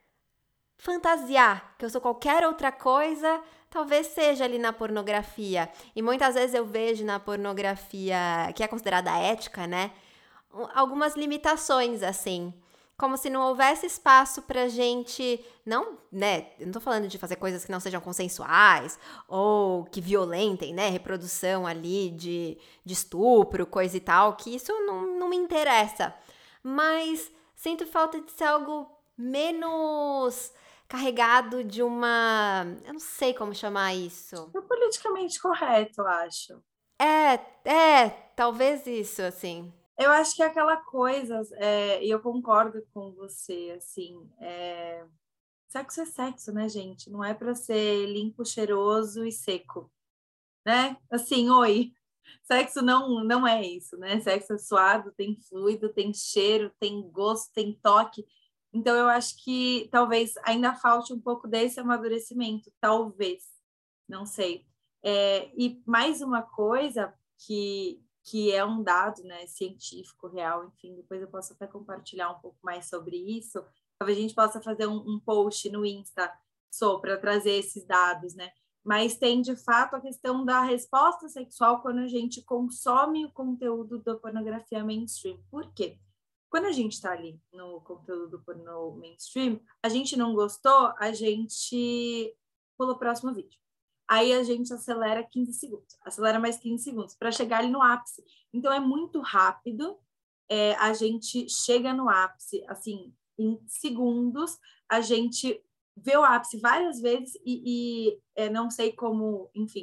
fantasiar que eu sou qualquer outra coisa, talvez seja ali na pornografia. E muitas vezes eu vejo na pornografia, que é considerada ética, né, algumas limitações, assim. Como se não houvesse espaço pra gente, não, né, eu não tô falando de fazer coisas que não sejam consensuais, ou que violentem, né, reprodução ali de, de estupro, coisa e tal, que isso não, não me interessa. Mas sinto falta de ser algo menos carregado de uma... Eu não sei como chamar isso. É politicamente correto, eu acho. É, é, talvez isso, assim. Eu acho que é aquela coisa, é, e eu concordo com você, assim, é, sexo é sexo, né, gente? Não é para ser limpo, cheiroso e seco, né? Assim, oi, sexo não, não é isso, né? Sexo é suado, tem fluido, tem cheiro, tem gosto, tem toque. Então, eu acho que talvez ainda falte um pouco desse amadurecimento, talvez, não sei. É, e mais uma coisa que, que é um dado, né, científico, real, enfim, depois eu posso até compartilhar um pouco mais sobre isso. Talvez a gente possa fazer um, um post no Insta só para trazer esses dados, né? Mas tem, de fato, a questão da resposta sexual quando a gente consome o conteúdo da pornografia mainstream. Por quê? Quando a gente está ali no conteúdo do porno mainstream, a gente não gostou, a gente pula o próximo vídeo. Aí a gente acelera quinze segundos, acelera mais quinze segundos, para chegar ali no ápice. Então, é muito rápido, é, a gente chega no ápice, assim, em segundos, a gente vê o ápice várias vezes e, e é, não sei como, enfim,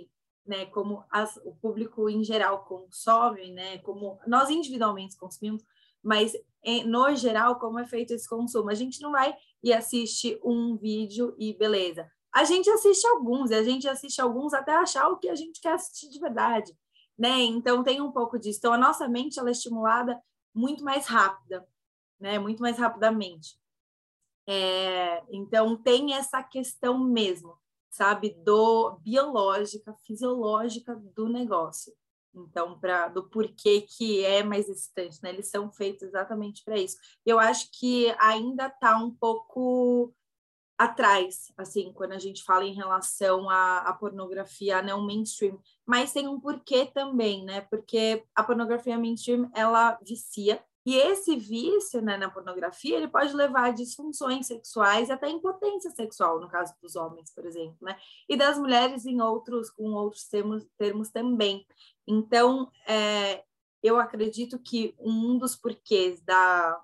né, como as, o público em geral consome, né, como nós individualmente consumimos, mas em, no geral, como é feito esse consumo. A gente não vai e assiste um vídeo e beleza. A gente assiste alguns, e a gente assiste alguns até achar o que a gente quer assistir de verdade, né? Então tem um pouco disso. Então a nossa mente ela é estimulada muito mais rápida, né? Muito mais rapidamente. É, então tem essa questão mesmo, sabe, do biológica, fisiológica do negócio. Então, para do porquê que é mais excitante, né? Eles são feitos exatamente para isso. Eu acho que ainda está um pouco atrás, assim, quando a gente fala em relação à, à pornografia não mainstream, mas tem um porquê também, né? Porque a pornografia mainstream, ela vicia, e esse vício, né, na pornografia, ele pode levar a disfunções sexuais e até impotência sexual, no caso dos homens, por exemplo, né? E das mulheres em outros, com outros termos, termos também. Então, é, eu acredito que um dos porquês da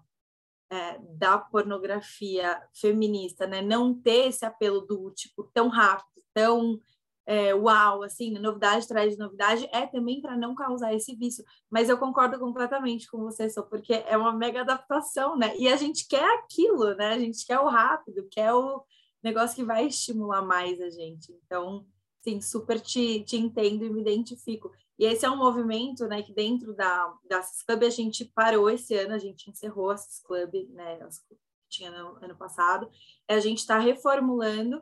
É, da pornografia feminista, né? Não ter esse apelo do tipo tão rápido, tão é, uau, assim, novidade traz novidade, é também para não causar esse vício. Mas eu concordo completamente com você, só porque é uma mega adaptação, né? E a gente quer aquilo, né? A gente quer o rápido, quer o negócio que vai estimular mais a gente. Então, sim, super te, te entendo e me identifico. E esse é um movimento, né, que dentro da, da Cis Club a gente parou esse ano, a gente encerrou a Cis Club, né, que tinha no ano passado, a gente está reformulando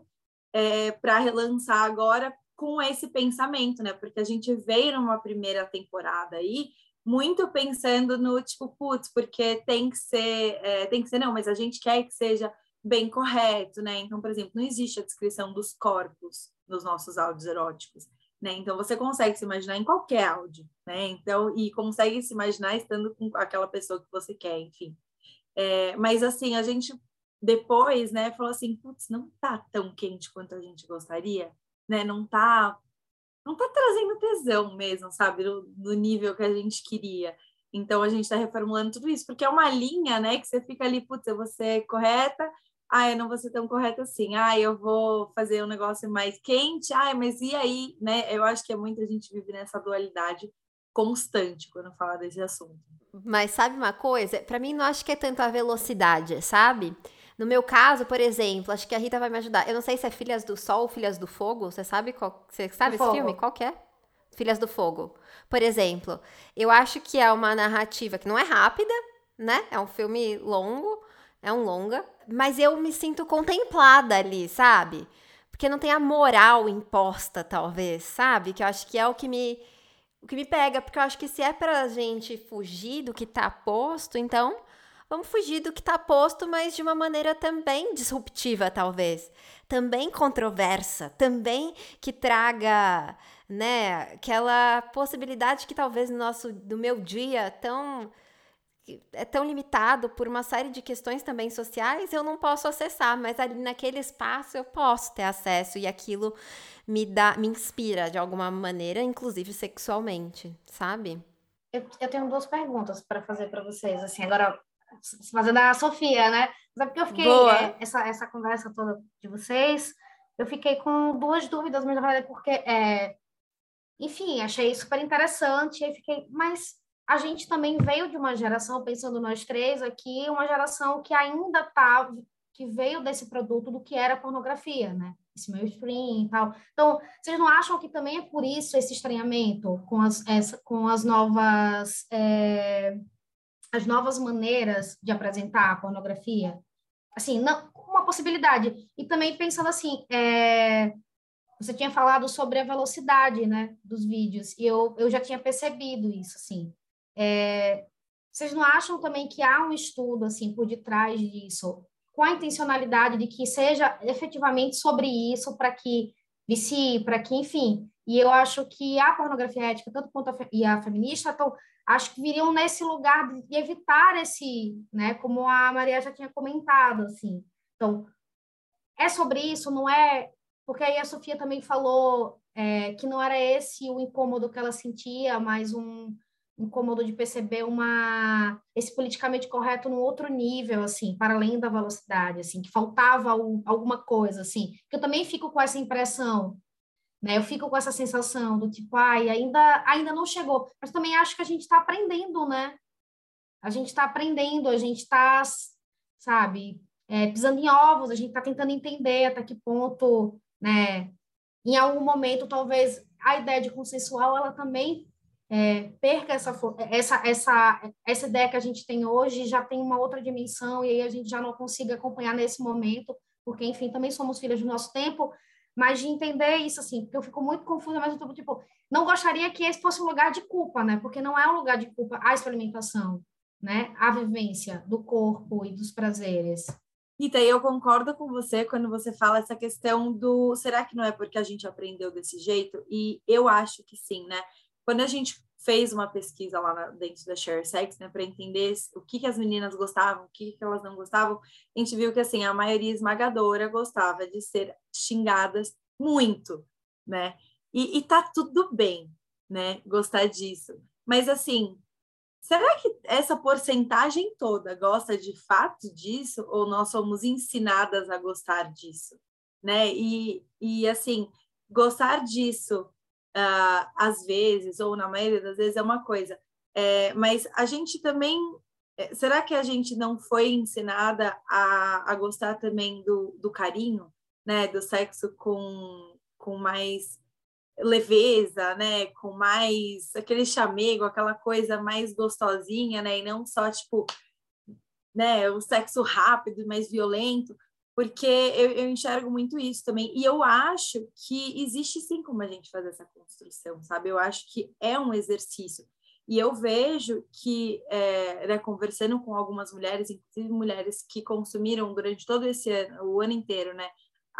é, para relançar agora com esse pensamento, né, porque a gente veio numa primeira temporada aí, muito pensando no tipo, putz, porque tem que ser, é, tem que ser não, mas a gente quer que seja bem correto, né, então, por exemplo, não existe a descrição dos corpos nos nossos áudios eróticos. Né? Então, você consegue se imaginar em qualquer áudio, né? Então, e consegue se imaginar estando com aquela pessoa que você quer, enfim. É, mas, assim, a gente depois, né, falou assim, putz, não tá tão quente quanto a gente gostaria, né? Não tá, não tá trazendo tesão mesmo, sabe? Do, do nível que a gente queria. Então, a gente está reformulando tudo isso, porque é uma linha, né, que você fica ali, putz, eu vou ser correta, ah, eu não vou ser tão correta assim, ah, eu vou fazer um negócio mais quente, ah, mas e aí, né? Eu acho que é muita gente vive nessa dualidade constante quando fala desse assunto. Mas sabe uma coisa? Pra mim não acho que é tanto a velocidade, sabe? No meu caso, por exemplo, acho que a Rita vai me ajudar. Eu não sei se é Filhas do Sol ou Filhas do Fogo. Você sabe qual? Você sabe esse filme? Qual que é? Filhas do Fogo. Por exemplo, eu acho que é uma narrativa que não é rápida, né? É um filme longo, é um longa, mas eu me sinto contemplada ali, sabe? Porque não tem a moral imposta, talvez, sabe? Que eu acho que é o que me o que me pega, porque eu acho que se é pra gente fugir do que tá posto, então vamos fugir do que tá posto, mas de uma maneira também disruptiva, talvez. Também controversa, também que traga, né, aquela possibilidade que talvez no nosso, no meu dia tão é tão limitado por uma série de questões também sociais, eu não posso acessar, mas ali naquele espaço eu posso ter acesso e aquilo me dá, me inspira de alguma maneira, inclusive sexualmente, sabe? Eu, eu tenho duas perguntas para fazer para vocês, assim, agora fazendo a Sofia, né? Mas é porque eu fiquei, é, essa, essa conversa toda de vocês, eu fiquei com duas dúvidas, mas na verdade porque, é, enfim, achei super interessante, e aí fiquei, mas a gente também veio de uma geração, pensando nós três aqui, uma geração que ainda tá, que veio desse produto do que era pornografia, né? Esse meu stream e tal. Então, vocês não acham que também é por isso esse estranhamento com as, essa, com as novas... É, as novas maneiras de apresentar a pornografia? Assim, não, uma possibilidade. E também pensando assim, é, você tinha falado sobre a velocidade, né, dos vídeos, e eu, eu já tinha percebido isso, assim. É, vocês não acham também que há um estudo, assim, por detrás disso, com a intencionalidade de que seja efetivamente sobre isso, para que vicie, para que, enfim... E eu acho que a pornografia ética, tanto quanto a, e a feminista, estão, acho que viriam nesse lugar de evitar esse, né, como a Maria já tinha comentado, assim. Então, é sobre isso, não é... Porque aí a Sofia também falou é, que não era esse o incômodo que ela sentia, mas um incômodo de perceber uma esse politicamente correto num outro nível, assim, para além da velocidade, assim, que faltava o, alguma coisa, assim. Que eu também fico com essa impressão. né? Eu fico com essa sensação do tipo, ai, ainda, ainda não chegou. Mas também acho que a gente está aprendendo, né? A gente está aprendendo, a gente está, sabe, é, pisando em ovos, a gente está tentando entender até que ponto, né? Em algum momento, talvez a ideia de consensual, ela também é, perca essa, essa, essa, essa ideia que a gente tem hoje, já tem uma outra dimensão, e aí a gente já não consiga acompanhar nesse momento, porque, enfim, também somos filhos do nosso tempo, mas de entender isso, assim, porque eu fico muito confusa, mas eu tô, tipo, não gostaria que esse fosse um lugar de culpa, né? Porque não é um lugar de culpa a experimentação, né? A vivência do corpo e dos prazeres. Rita, eu concordo com você quando você fala essa questão do será que não é porque a gente aprendeu desse jeito? E eu acho que sim, né? Quando a gente fez uma pesquisa lá na, dentro da Share Sex, né, para entender o que, que as meninas gostavam, o que, que elas não gostavam, a gente viu que assim a maioria esmagadora gostava de ser xingadas muito, né? E, e tá tudo bem, né? Gostar disso. Mas assim, será que essa porcentagem toda gosta de fato disso ou nós somos ensinadas a gostar disso, né? E, e assim, gostar disso uh, às vezes ou na maioria das vezes é uma coisa, é, mas a gente também, é, será que a gente não foi ensinada a, a gostar também do, do carinho, né? Do sexo com, com mais leveza, né, com mais aquele chamego, aquela coisa mais gostosinha, né, e não só tipo, né, o sexo rápido, mais violento, porque eu, eu enxergo muito isso também. E eu acho que existe sim como a gente fazer essa construção, sabe? Eu acho que é um exercício. E eu vejo que, é, né, conversando com algumas mulheres, inclusive mulheres que consumiram durante todo esse ano, o ano inteiro, né,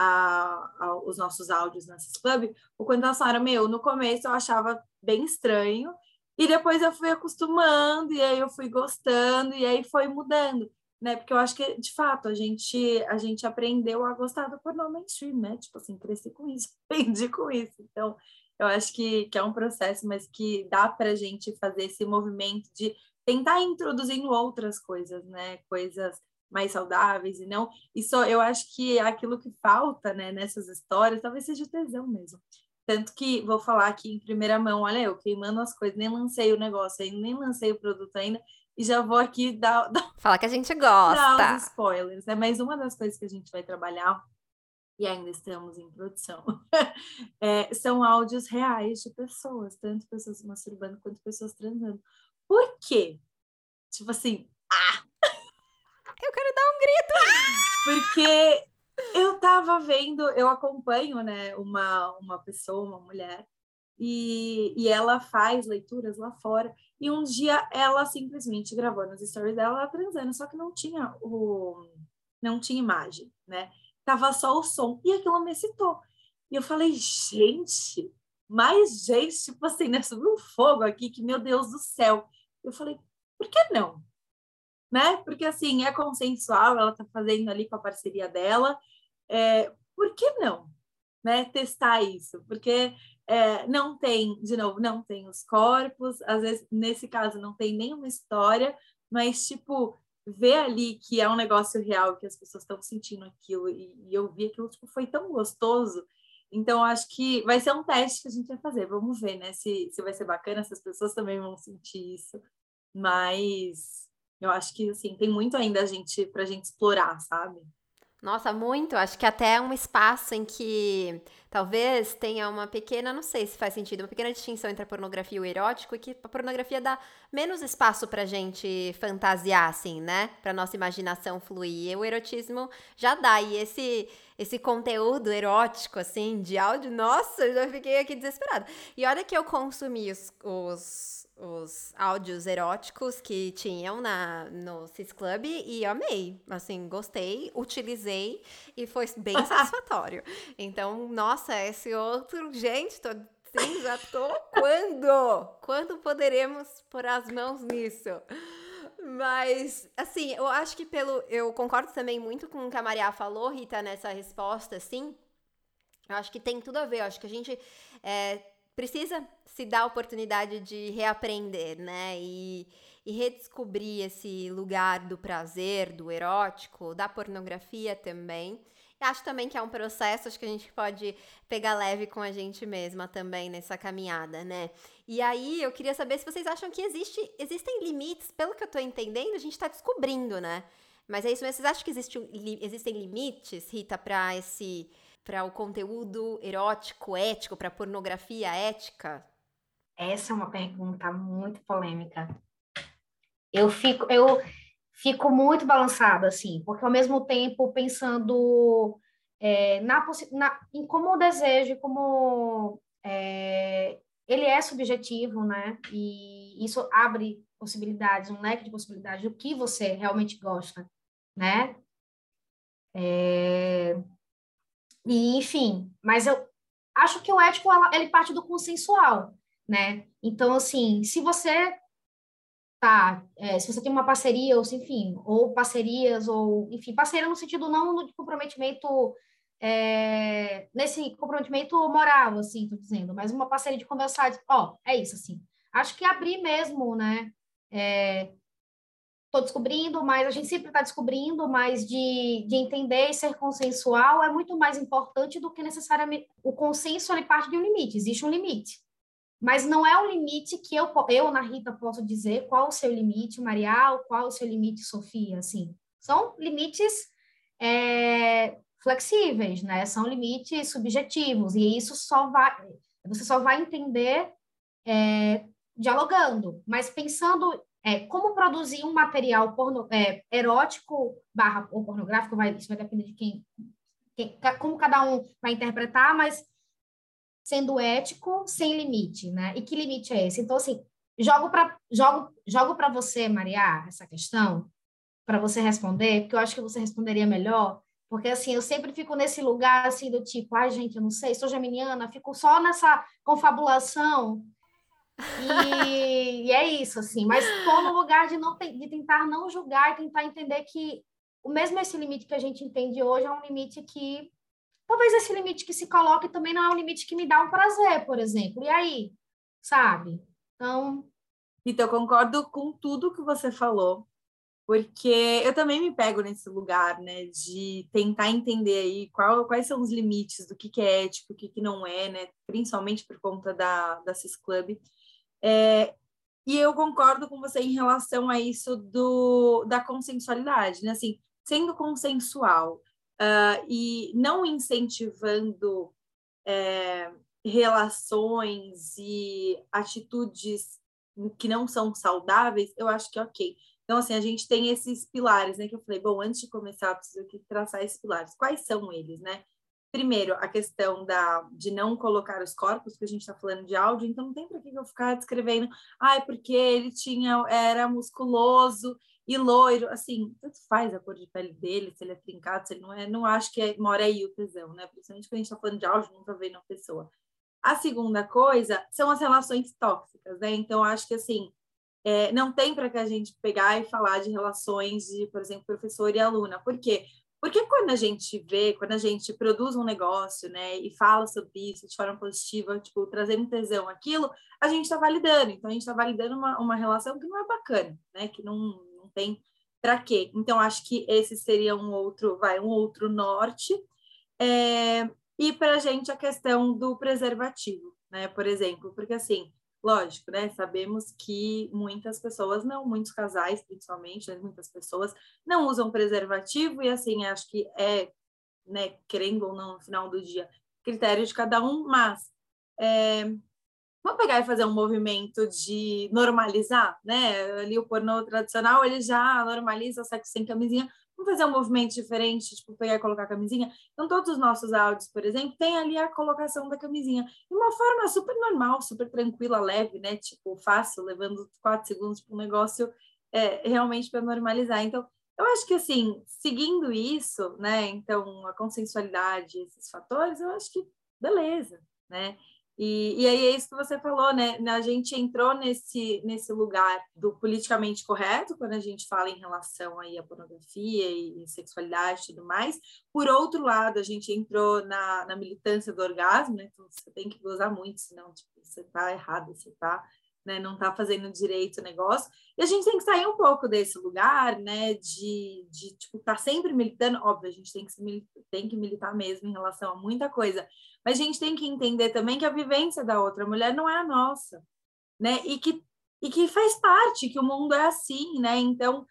a, a, os nossos áudios na Cis Club, o quanto elas falaram, meu, no começo eu achava bem estranho, e depois eu fui acostumando, e aí eu fui gostando, e aí foi mudando, né? Porque eu acho que, de fato, a gente, a gente aprendeu a gostar do pornô mainstream, né? Tipo assim, cresci com isso, aprendi com isso. Então, eu acho que, que é um processo, mas que dá para a gente fazer esse movimento de tentar introduzindo outras coisas, né? Coisas mais saudáveis e não... Isso eu acho que aquilo que falta, né, nessas histórias, talvez seja o tesão mesmo. Tanto que, vou falar aqui em primeira mão, olha eu queimando as coisas, nem lancei o negócio ainda, nem lancei o produto ainda, e já vou aqui dar, dar, Fala que a gente dar os gosta. spoilers, né? Mas uma das coisas que a gente vai trabalhar, e ainda estamos em produção, é, são áudios reais de pessoas, tanto pessoas se masturbando quanto pessoas transando. Por quê? Tipo assim, ah! Eu quero dar um grito. Porque eu tava vendo, eu acompanho, né, uma, uma pessoa, uma mulher, e, e ela faz leituras lá fora, e um dia ela simplesmente gravou nas stories dela ela transando, só que não tinha o não tinha imagem, né? Tava só o som, e aquilo me excitou. E eu falei, gente, mais gente, tipo assim, né, sobre um fogo aqui, que meu Deus do céu. Eu falei, por que não? Né? Porque assim, é consensual, ela tá fazendo ali com a parceria dela, é, por que não, né? Testar isso, porque é, não tem, de novo, não tem os corpos, às vezes, nesse caso, não tem nenhuma história, mas, tipo, ver ali que é um negócio real, que as pessoas estão sentindo aquilo, e, e eu vi aquilo, tipo, foi tão gostoso. Então, acho que vai ser um teste que a gente vai fazer. Vamos ver, né? Se, se vai ser bacana, se as pessoas também vão sentir isso. Mas eu acho que, assim, tem muito ainda a gente, pra gente explorar, sabe? Nossa, muito. Acho que até é um espaço em que talvez tenha uma pequena, não sei se faz sentido, uma pequena distinção entre a pornografia e o erótico, e que a pornografia dá menos espaço pra gente fantasiar, assim, né? Pra nossa imaginação fluir. E o erotismo já dá. E esse, esse conteúdo erótico, assim, de áudio, nossa, eu já fiquei aqui desesperada. E olha que eu consumi os, os os áudios eróticos que tinham na, no Cis Club e amei, assim, gostei, utilizei e foi bem satisfatório. Então, nossa, esse outro, gente, tô, sim, já tô, quando? Quando poderemos pôr as mãos nisso? Mas, assim, eu acho que pelo, eu concordo também muito com o que a Maria falou, Rita, nessa resposta, assim, eu acho que tem tudo a ver, eu acho que a gente é, precisa se dar a oportunidade de reaprender, né? E, e redescobrir esse lugar do prazer, do erótico, da pornografia também. Acho também que é um processo, acho que a gente pode pegar leve com a gente mesma também nessa caminhada, né? E aí eu queria saber se vocês acham que existe, existem limites, pelo que eu tô entendendo, a gente tá descobrindo, né? Mas é isso mesmo, vocês acham que existe, um li- existem limites, Rita, para esse, para o conteúdo erótico, ético, para pornografia ética? Essa é uma pergunta muito polêmica. Eu fico, eu fico muito balançada, assim, porque ao mesmo tempo pensando é, na, possi- na, em como o desejo, como é, ele é subjetivo, né? E isso abre possibilidades, um leque de possibilidades do que você realmente gosta, né? É, e, enfim, mas eu acho que o ético, ela- ele parte do consensual, né? Então, assim, se você tá, é, se você tem uma parceria, ou se, enfim, ou parcerias, ou, enfim, parceria no sentido não no de comprometimento, é, nesse comprometimento moral, assim, tô dizendo, mas uma parceria de conversar, de, ó, é isso, assim. Acho que abrir mesmo, né? É, tô descobrindo, mas a gente sempre está descobrindo, mas de, de entender e ser consensual é muito mais importante do que necessariamente o consenso, ele parte de um limite, existe um limite. Mas não é um limite que eu, eu, Ana Rita, posso dizer qual o seu limite, Marial, qual o seu limite, Sofia, assim. São limites é, flexíveis, né? São limites subjetivos, e isso só vai, você só vai entender é, dialogando, mas pensando é, como produzir um material porno, é, erótico barra ou pornográfico, vai, isso vai depender de quem, quem, como cada um vai interpretar, mas sendo ético, sem limite, né? E que limite é esse? Então, assim, jogo para jogo, jogo para você, Maria, essa questão, para você responder, porque eu acho que você responderia melhor, porque, assim, eu sempre fico nesse lugar, assim, do tipo, ai, gente, eu não sei, sou geminiana, fico só nessa confabulação, e, e é isso, assim, mas estou no lugar de, não, de tentar não julgar e tentar entender que o mesmo esse limite que a gente entende hoje é um limite que talvez esse limite que se coloque também não é um limite que me dá um prazer, por exemplo. E aí, sabe? Então, Então, eu concordo com tudo que você falou, porque eu também me pego nesse lugar, né, de tentar entender aí qual, quais são os limites do que, que é ético, o que, que não é, né, principalmente por conta da, da Cis Club. É, e eu concordo com você em relação a isso do, da consensualidade, né, assim, sendo consensual uh, e não incentivando é, relações e atitudes que não são saudáveis, eu acho que é ok. Então, assim, a gente tem esses pilares, né? Que eu falei, bom, antes de começar, eu preciso aqui traçar esses pilares. Quais são eles, né? Primeiro, a questão da, de não colocar os corpos, que a gente está falando de áudio, então não tem para que eu ficar descrevendo, ah, é porque ele tinha, era musculoso e loiro, assim, tanto faz a cor de pele dele, se ele é trincado, se ele não é, não acho que é, mora aí o tesão, né? Principalmente quando a gente está falando de áudio, não está vendo a pessoa. A segunda coisa são as relações tóxicas, né? Então, acho que, assim, é, não tem para que a gente pegar e falar de relações de, por exemplo, professor e aluna. Por quê? Porque quando a gente vê, quando a gente produz um negócio, né, e fala sobre isso de forma positiva, tipo, trazendo tesão aquilo, a gente está validando. Então, a gente está validando uma, uma relação que não é bacana, né, que não, não tem para quê. Então, acho que esse seria um outro, vai, um outro norte. É, e para a gente a questão do preservativo, né, por exemplo, porque assim, lógico, né? Sabemos que muitas pessoas, não, muitos casais, principalmente, né, muitas pessoas não usam preservativo e assim, acho que é, né, querendo ou não, no final do dia, critério de cada um, mas é, vamos pegar e fazer um movimento de normalizar, né? Ali o pornô tradicional, ele já normaliza o sexo sem camisinha. Vamos fazer um movimento diferente, tipo, pegar e colocar a camisinha? Então, todos os nossos áudios, por exemplo, tem ali a colocação da camisinha. De uma forma super normal, super tranquila, leve, né? Tipo, fácil, levando quatro segundos para um negócio é, realmente para normalizar. Então, eu acho que, assim, seguindo isso, né? Então, a consensualidade, esses fatores, eu acho que beleza, né? E, e aí é isso que você falou, né? A gente entrou nesse, nesse lugar do politicamente correto, quando a gente fala em relação aí à pornografia e, e sexualidade e tudo mais. Por outro lado, a gente entrou na, na militância do orgasmo, né? Então você tem que gozar muito, senão tipo, você tá errado, você tá né? Não tá fazendo direito o negócio. E a gente tem que sair um pouco desse lugar, né? De, de tipo, tá sempre militando. Óbvio, a gente tem que, se, tem que militar mesmo em relação a muita coisa. Mas a gente tem que entender também que a vivência da outra mulher não é a nossa, né? E que, e que faz parte, que o mundo é assim, né? Então,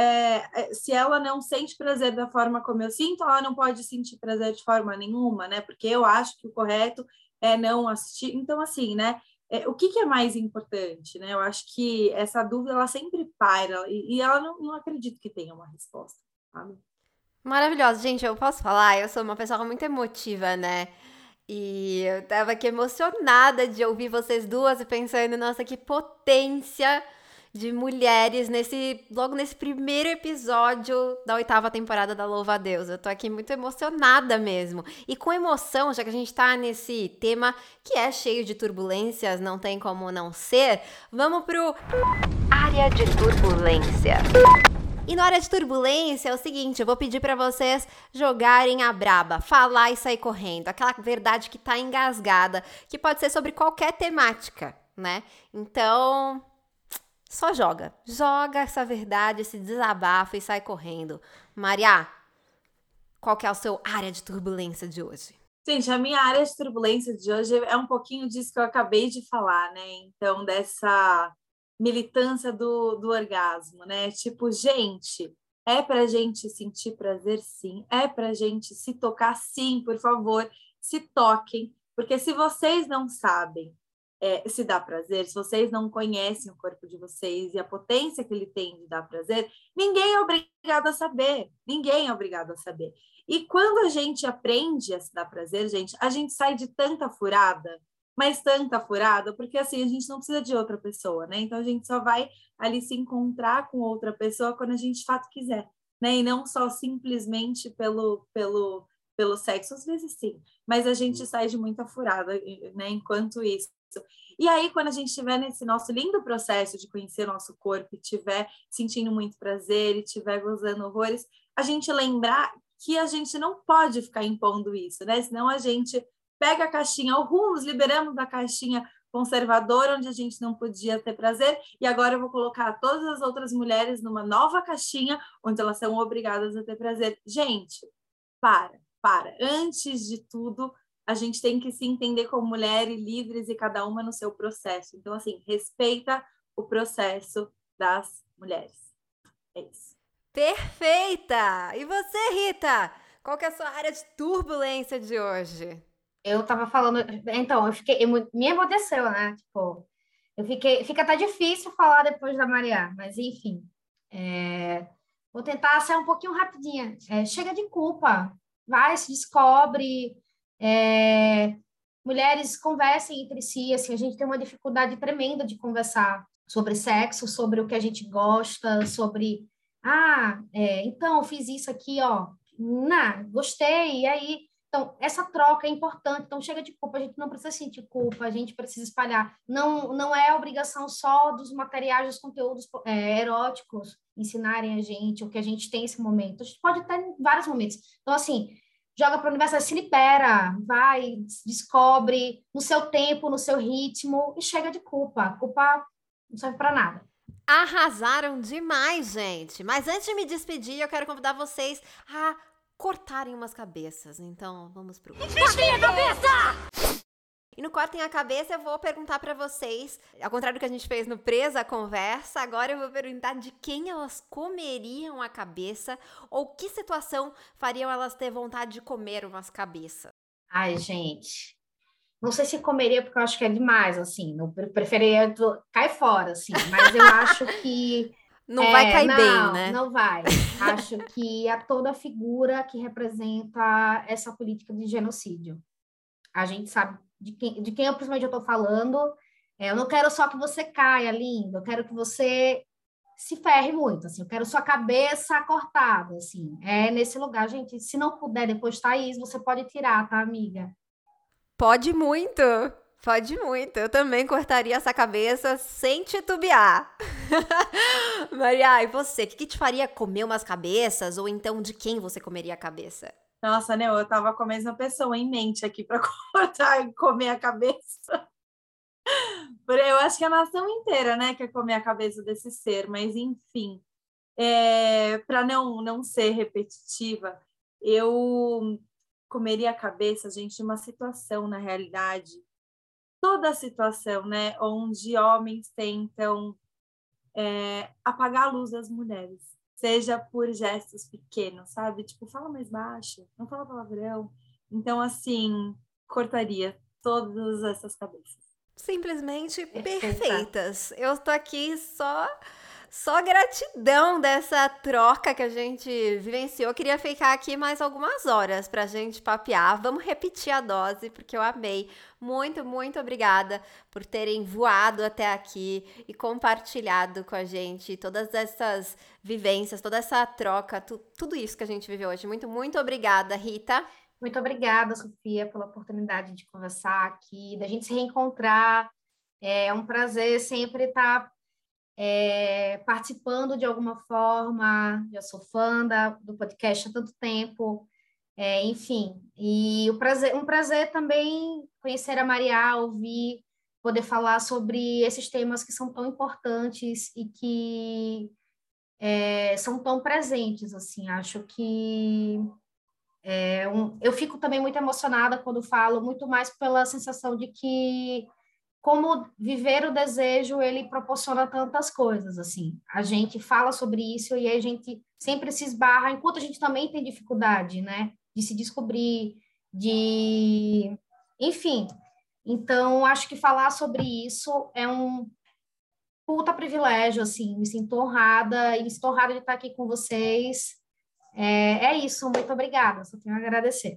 é, se ela não sente prazer da forma como eu sinto, ela não pode sentir prazer de forma nenhuma, né? Porque eu acho que o correto é não assistir. Então, assim, né? É, o que, que é mais importante, né? Eu acho que essa dúvida, ela sempre paira, e, e ela não, não acredito que tenha uma resposta, sabe? Maravilhosa. Gente, eu posso falar? Eu sou uma pessoa muito emotiva, né? E eu tava aqui emocionada de ouvir vocês duas e pensando, nossa, que potência de mulheres nesse, logo nesse primeiro episódio da oitava temporada da Louva a Deus. Eu tô aqui muito emocionada mesmo. E com emoção, já que a gente tá nesse tema que é cheio de turbulências, não tem como não ser, vamos pro área de turbulência. E na área de turbulência é o seguinte, eu vou pedir pra vocês jogarem a braba, falar e sair correndo, aquela verdade que tá engasgada, que pode ser sobre qualquer temática, né? Então, só joga, joga essa verdade, esse desabafo e sai correndo. Maria, qual que é o seu área de turbulência de hoje? Gente, a minha área de turbulência de hoje é um pouquinho disso que eu acabei de falar, né? Então, dessa militância do, do orgasmo, né? Tipo, gente, é pra gente sentir prazer, sim. É pra gente se tocar, sim. Por favor, se toquem. Porque se vocês não sabem é, se dá prazer, se vocês não conhecem o corpo de vocês e a potência que ele tem de dar prazer, ninguém é obrigado a saber. Ninguém é obrigado a saber. E quando a gente aprende a se dar prazer, gente, a gente sai de tanta furada, mas tanta furada, porque assim, a gente não precisa de outra pessoa, né? Então a gente só vai ali se encontrar com outra pessoa quando a gente de fato quiser, né? E não só simplesmente pelo, pelo, pelo sexo, às vezes sim, mas a gente sai de muita furada, né? Enquanto isso. E aí, quando a gente estiver nesse nosso lindo processo de conhecer o nosso corpo e estiver sentindo muito prazer e estiver gozando horrores, a gente lembrar que a gente não pode ficar impondo isso, né? Senão a gente pega a caixinha, alguns liberamos da caixinha conservadora, onde a gente não podia ter prazer, e agora eu vou colocar todas as outras mulheres numa nova caixinha, onde elas são obrigadas a ter prazer. Gente, para, para. Antes de tudo, a gente tem que se entender como mulheres livres e cada uma no seu processo. Então, assim, respeita o processo das mulheres. É isso. Perfeita! E você, Rita? Qual que é a sua área de turbulência de hoje? Eu tava falando, então, eu fiquei, eu, me emudeceu, né? Tipo, eu fiquei, fica até difícil falar depois da Maria, mas enfim, é, vou tentar ser um pouquinho rapidinha. É, chega de culpa, vai, se descobre, é, mulheres conversem entre si, assim, a gente tem uma dificuldade tremenda de conversar sobre sexo, sobre o que a gente gosta, sobre, ah, é, então, eu fiz isso aqui, ó, não, gostei, e aí então, essa troca é importante. Então, chega de culpa, a gente não precisa sentir culpa, a gente precisa espalhar. Não, não é obrigação só dos materiais, dos conteúdos é, eróticos ensinarem a gente o que a gente tem nesse momento. A gente pode ter em vários momentos. Então, assim, joga para o universo, se libera, vai, descobre no seu tempo, no seu ritmo, e chega de culpa. A culpa não serve para nada. Arrasaram demais, gente. Mas antes de me despedir, eu quero convidar vocês a cortarem umas cabeças. Então, vamos pro... Cortem a cabeça! E no Cortem a Cabeça, eu vou perguntar pra vocês, ao contrário do que a gente fez no Presa a Conversa, agora eu vou perguntar de quem elas comeriam a cabeça ou que situação fariam elas ter vontade de comer umas cabeças. Ai, gente... Não sei se comeria, porque eu acho que é demais, assim. Eu preferia... Do... Cai fora, assim. Mas eu acho que... Não é, vai cair não, bem, né? Não vai. Acho que é toda a figura que representa essa política de genocídio. A gente sabe de quem, de quem eu, principalmente, eu estou falando. É, eu não quero só que você caia, linda. Eu quero que você se ferre muito, assim. Eu quero sua cabeça cortada, assim. É nesse lugar, gente. Se não puder depois, Thaís, você pode tirar, tá, amiga? Pode muito. Pode muito. Eu também cortaria essa cabeça sem titubear. Maria, e você? O que, que te faria comer umas cabeças? Ou então, de quem você comeria a cabeça? Nossa, né? Eu tava com a mesma pessoa em mente aqui para cortar e comer a cabeça. Eu acho que a nação inteira, né, quer comer a cabeça desse ser, mas enfim, é, para não, não ser repetitiva, eu comeria a cabeça, gente, de uma situação, na realidade, toda a situação, né, onde homens tentam é, apagar a luz das mulheres, seja por gestos pequenos, sabe? Tipo, fala mais baixo, não fala palavrão. Então, assim, cortaria todas essas cabeças. Simplesmente Perfeita. perfeitas. Eu tô aqui só só gratidão dessa troca que a gente vivenciou. Eu queria ficar aqui mais algumas horas pra gente papear. Vamos repetir a dose, porque eu amei. Muito, muito obrigada por terem voado até aqui e compartilhado com a gente todas essas vivências, toda essa troca, tu, tudo isso que a gente viveu hoje. Muito, muito obrigada, Rita. Muito obrigada, Sofia, pela oportunidade de conversar aqui, da gente se reencontrar. É um prazer sempre estar é, participando de alguma forma. Já sou fã da, do podcast há tanto tempo. É, enfim, e o prazer, um prazer também conhecer a Maria, ouvir, poder falar sobre esses temas que são tão importantes e que é, são tão presentes, assim, acho que é um, eu fico também muito emocionada quando falo, muito mais pela sensação de que como viver o desejo, ele proporciona tantas coisas, assim. A gente fala sobre isso e a gente sempre se esbarra, enquanto a gente também tem dificuldade, né? De se descobrir, de... Enfim. Então, acho que falar sobre isso é um puta privilégio, assim. Me sinto honrada e me sinto honrada de estar aqui com vocês. É, é isso. Muito obrigada. Só tenho a agradecer.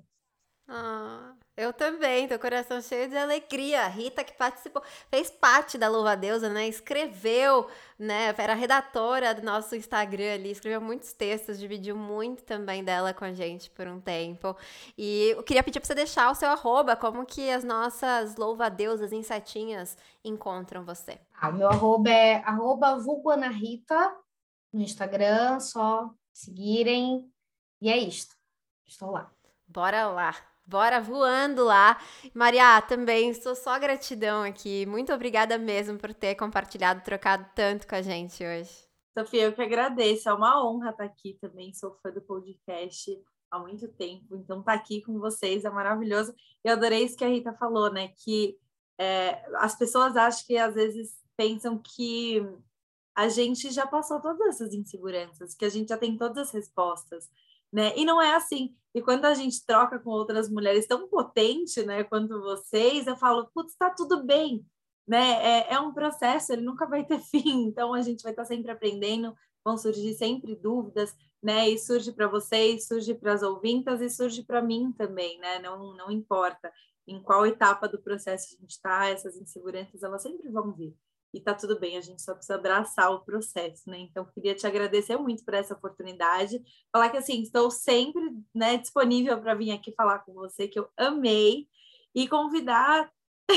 Ah, eu também, tô coração cheio de alegria. A Rita que participou, fez parte da Louva a Deusa, né? Escreveu, né? Era redatora do nosso Instagram ali, escreveu muitos textos, dividiu muito também dela com a gente por um tempo. E eu queria pedir pra você deixar o seu arroba, como que as nossas Louva a Deusas insetinhas encontram você. Ah, o meu arroba é arroba vulguanarita no Instagram, só seguirem. E é isto. Estou lá. Bora lá. Bora voando lá. Maria, também sou só gratidão aqui. Muito obrigada mesmo por ter compartilhado, trocado tanto com a gente hoje. Sofia, eu que agradeço. É uma honra estar aqui também. Sou fã do podcast há muito tempo. Então, estar aqui com vocês é maravilhoso. Eu adorei isso que a Rita falou, né? Que é, as pessoas acham que às vezes pensam que a gente já passou todas essas inseguranças, que a gente já tem todas as respostas. Né? E não é assim. E quando a gente troca com outras mulheres tão potentes, né, quanto vocês, eu falo, putz, tá tudo bem, né? É, é um processo, ele nunca vai ter fim. Então a gente vai estar sempre aprendendo, vão surgir sempre dúvidas, né? E surge para vocês, surge para as ouvintas e surge para mim também, né? Não, não importa em qual etapa do processo a gente está, essas inseguranças elas sempre vão vir. E tá tudo bem, a gente só precisa abraçar o processo, né? Então, queria te agradecer muito por essa oportunidade. Falar que, assim, estou sempre, né, disponível para vir aqui falar com você, que eu amei. E convidar...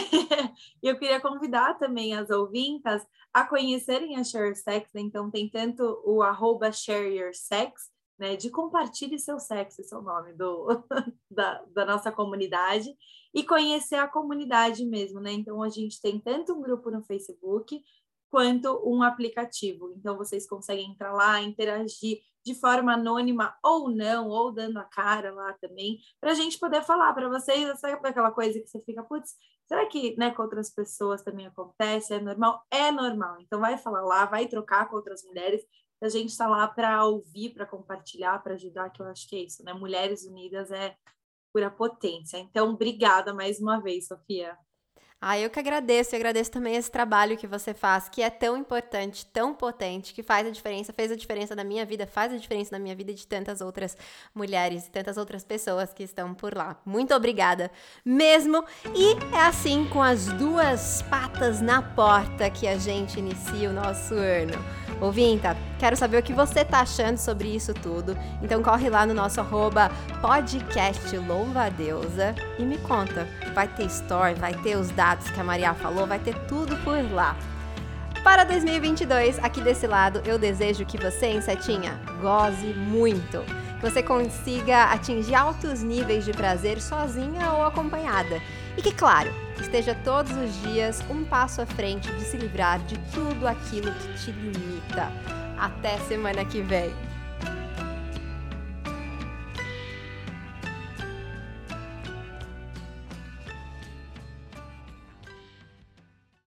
eu queria convidar também as ouvintas a conhecerem a Share Your Sex, né? Então, tem tanto o arroba Share Your Sex, né? De compartilhe seu sexo, esse é o nome do, da, da nossa comunidade. E conhecer a comunidade mesmo, né? Então, a gente tem tanto um grupo no Facebook quanto um aplicativo. Então, vocês conseguem entrar lá, interagir de forma anônima ou não, ou dando a cara lá também, para a gente poder falar para vocês, sabe aquela coisa que você fica, putz, será que, né, com outras pessoas também acontece? É normal? É normal. Então, vai falar lá, vai trocar com outras mulheres. A gente está lá para ouvir, para compartilhar, para ajudar, que eu acho que é isso, né? Mulheres Unidas é pura potência. Então, obrigada mais uma vez, Sofia. Ah, eu que agradeço, e agradeço também esse trabalho que você faz, que é tão importante, tão potente, que faz a diferença, fez a diferença na minha vida, faz a diferença na minha vida e de tantas outras mulheres e tantas outras pessoas que estão por lá. Muito obrigada mesmo! E é assim, com as duas patas na porta, que a gente inicia o nosso ano. Ouvinta, quero saber o que você tá achando sobre isso tudo, então corre lá no nosso arroba podcast Louva a Deusa e me conta. Vai ter story, vai ter os dados que a Maria falou, vai ter tudo por lá. Para dois mil e vinte e dois, aqui desse lado, eu desejo que você, insetinha, goze muito. Que você consiga atingir altos níveis de prazer sozinha ou acompanhada. E que, claro, esteja todos os dias um passo à frente de se livrar de tudo aquilo que te limita. Até semana que vem!